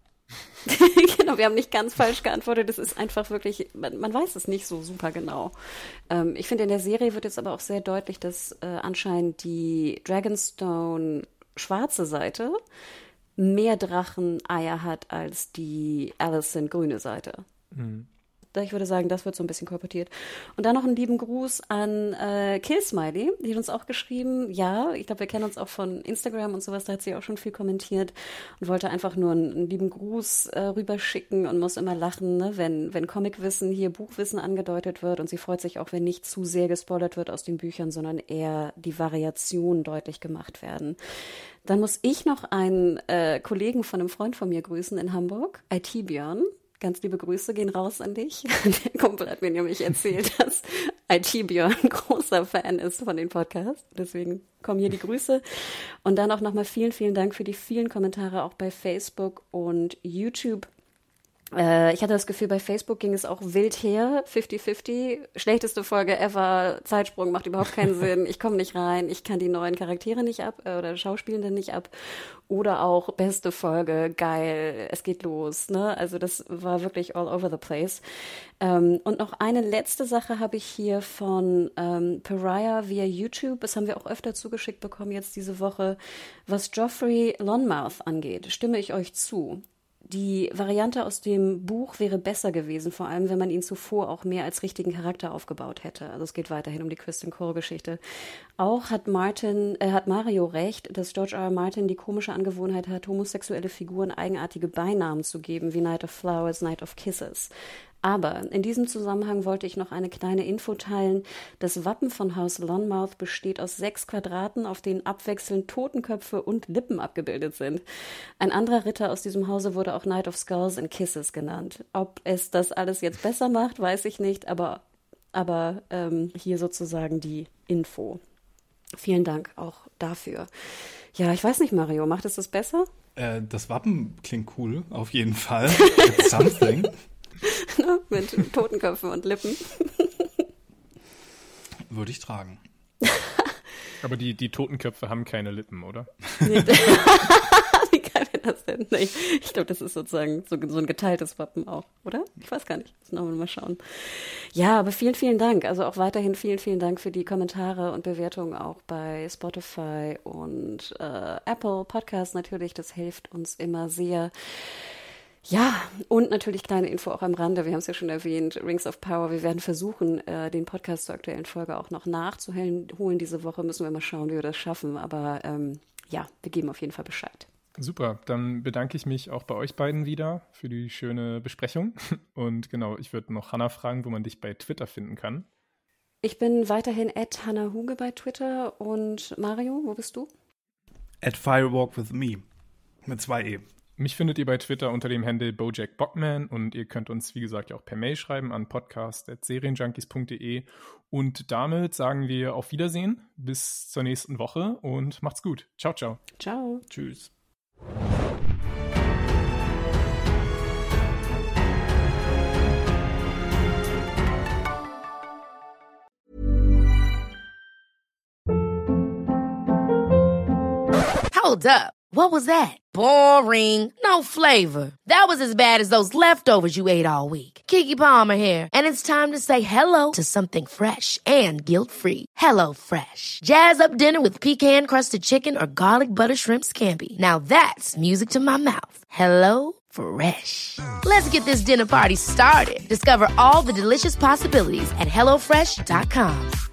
Genau, wir haben nicht ganz falsch geantwortet. Es ist einfach wirklich, man, man weiß es nicht so super genau. Ähm, ich finde, in der Serie wird jetzt aber auch sehr deutlich, dass äh, anscheinend die Dragonstone schwarze Seite mehr Dracheneier hat als die Alicent grüne Seite. Mhm. Ich würde sagen, das wird so ein bisschen kolportiert. Und dann noch einen lieben Gruß an äh, Killsmiley, die hat uns auch geschrieben, ja, ich glaube, wir kennen uns auch von Instagram und sowas, da hat sie auch schon viel kommentiert und wollte einfach nur einen, einen lieben Gruß äh, rüberschicken und muss immer lachen, ne, wenn, wenn Comicwissen, hier Buchwissen angedeutet wird, und sie freut sich auch, wenn nicht zu sehr gespoilert wird aus den Büchern, sondern eher die Variationen deutlich gemacht werden. Dann muss ich noch einen äh, Kollegen von einem Freund von mir grüßen in Hamburg, I T Björn. Ganz liebe Grüße gehen raus an dich. Der Kumpel hat mir nämlich erzählt, dass I T Björn ein großer Fan ist von den Podcasts. Deswegen kommen hier die Grüße. Und dann auch nochmal vielen, vielen Dank für die vielen Kommentare auch bei Facebook und YouTube. Äh, ich hatte das Gefühl, bei Facebook ging es auch wild her, fifty fifty. Schlechteste Folge ever, Zeitsprung, macht überhaupt keinen Sinn. Ich komme nicht rein, ich kann die neuen Charaktere nicht ab äh, oder Schauspielenden nicht ab. Oder auch beste Folge, geil, es geht los. Ne? Also das war wirklich all over the place. Ähm, und noch eine letzte Sache habe ich hier von ähm, Pariah via YouTube. Das haben wir auch öfter zugeschickt bekommen jetzt diese Woche. Was Joffrey Lonmouth angeht, stimme ich euch zu. Die Variante aus dem Buch wäre besser gewesen, vor allem wenn man ihn zuvor auch mehr als richtigen Charakter aufgebaut hätte. Also es geht weiterhin um die Criston Cole-Geschichte. Auch hat Martin, äh, hat Mario recht, dass George R. R. Martin die komische Angewohnheit hat, homosexuelle Figuren eigenartige Beinamen zu geben, wie Night of Flowers, Night of Kisses. Aber in diesem Zusammenhang wollte ich noch eine kleine Info teilen. Das Wappen von Haus Lonmouth besteht aus sechs Quadraten, auf denen abwechselnd Totenköpfe und Lippen abgebildet sind. Ein anderer Ritter aus diesem Hause wurde auch Night of Skulls and Kisses genannt. Ob es das alles jetzt besser macht, weiß ich nicht, aber, aber ähm, hier sozusagen die Info. Vielen Dank auch dafür. Ja, ich weiß nicht, Mario, macht es das besser? Äh, das Wappen klingt cool, auf jeden Fall. It's something. Mit Totenköpfen und Lippen. Würde ich tragen. Aber die, die Totenköpfe haben keine Lippen, oder? Nee. Wie geil wäre das denn? Nee, ich glaube, das ist sozusagen so, so ein geteiltes Wappen auch, oder? Ich weiß gar nicht. Müssen wir mal schauen. Ja, aber vielen, vielen Dank. Also auch weiterhin vielen, vielen Dank für die Kommentare und Bewertungen auch bei Spotify und äh, Apple Podcasts natürlich. Das hilft uns immer sehr. Ja, und natürlich kleine Info auch am Rande, wir haben es ja schon erwähnt, Rings of Power, wir werden versuchen, äh, den Podcast zur aktuellen Folge auch noch nachzuholen. Diese Woche müssen wir mal schauen, wie wir das schaffen, aber ähm, ja, wir geben auf jeden Fall Bescheid. Super, dann bedanke ich mich auch bei euch beiden wieder für die schöne Besprechung. Und genau, ich würde noch Hannah fragen, wo man dich bei Twitter finden kann. Ich bin weiterhin at Hannah Huge bei Twitter. Und Mario, wo bist du? At Firewalk with me, mit zwei E. Mich findet ihr bei Twitter unter dem Handle Bojack Bockman und ihr könnt uns, wie gesagt, auch per Mail schreiben an podcast at serienjunkies punkt de. Und damit sagen wir auf Wiedersehen, bis zur nächsten Woche und macht's gut. Ciao, ciao. Ciao. Tschüss. Hold up. What was that? Boring. No flavor. That was as bad as those leftovers you ate all week. Keke Palmer here, and it's time to say hello to something fresh and guilt-free. Hello Fresh. Jazz up dinner with pecan-crusted chicken or garlic butter shrimp scampi. Now that's music to my mouth. Hello Fresh. Let's get this dinner party started. Discover all the delicious possibilities at hello fresh dot com.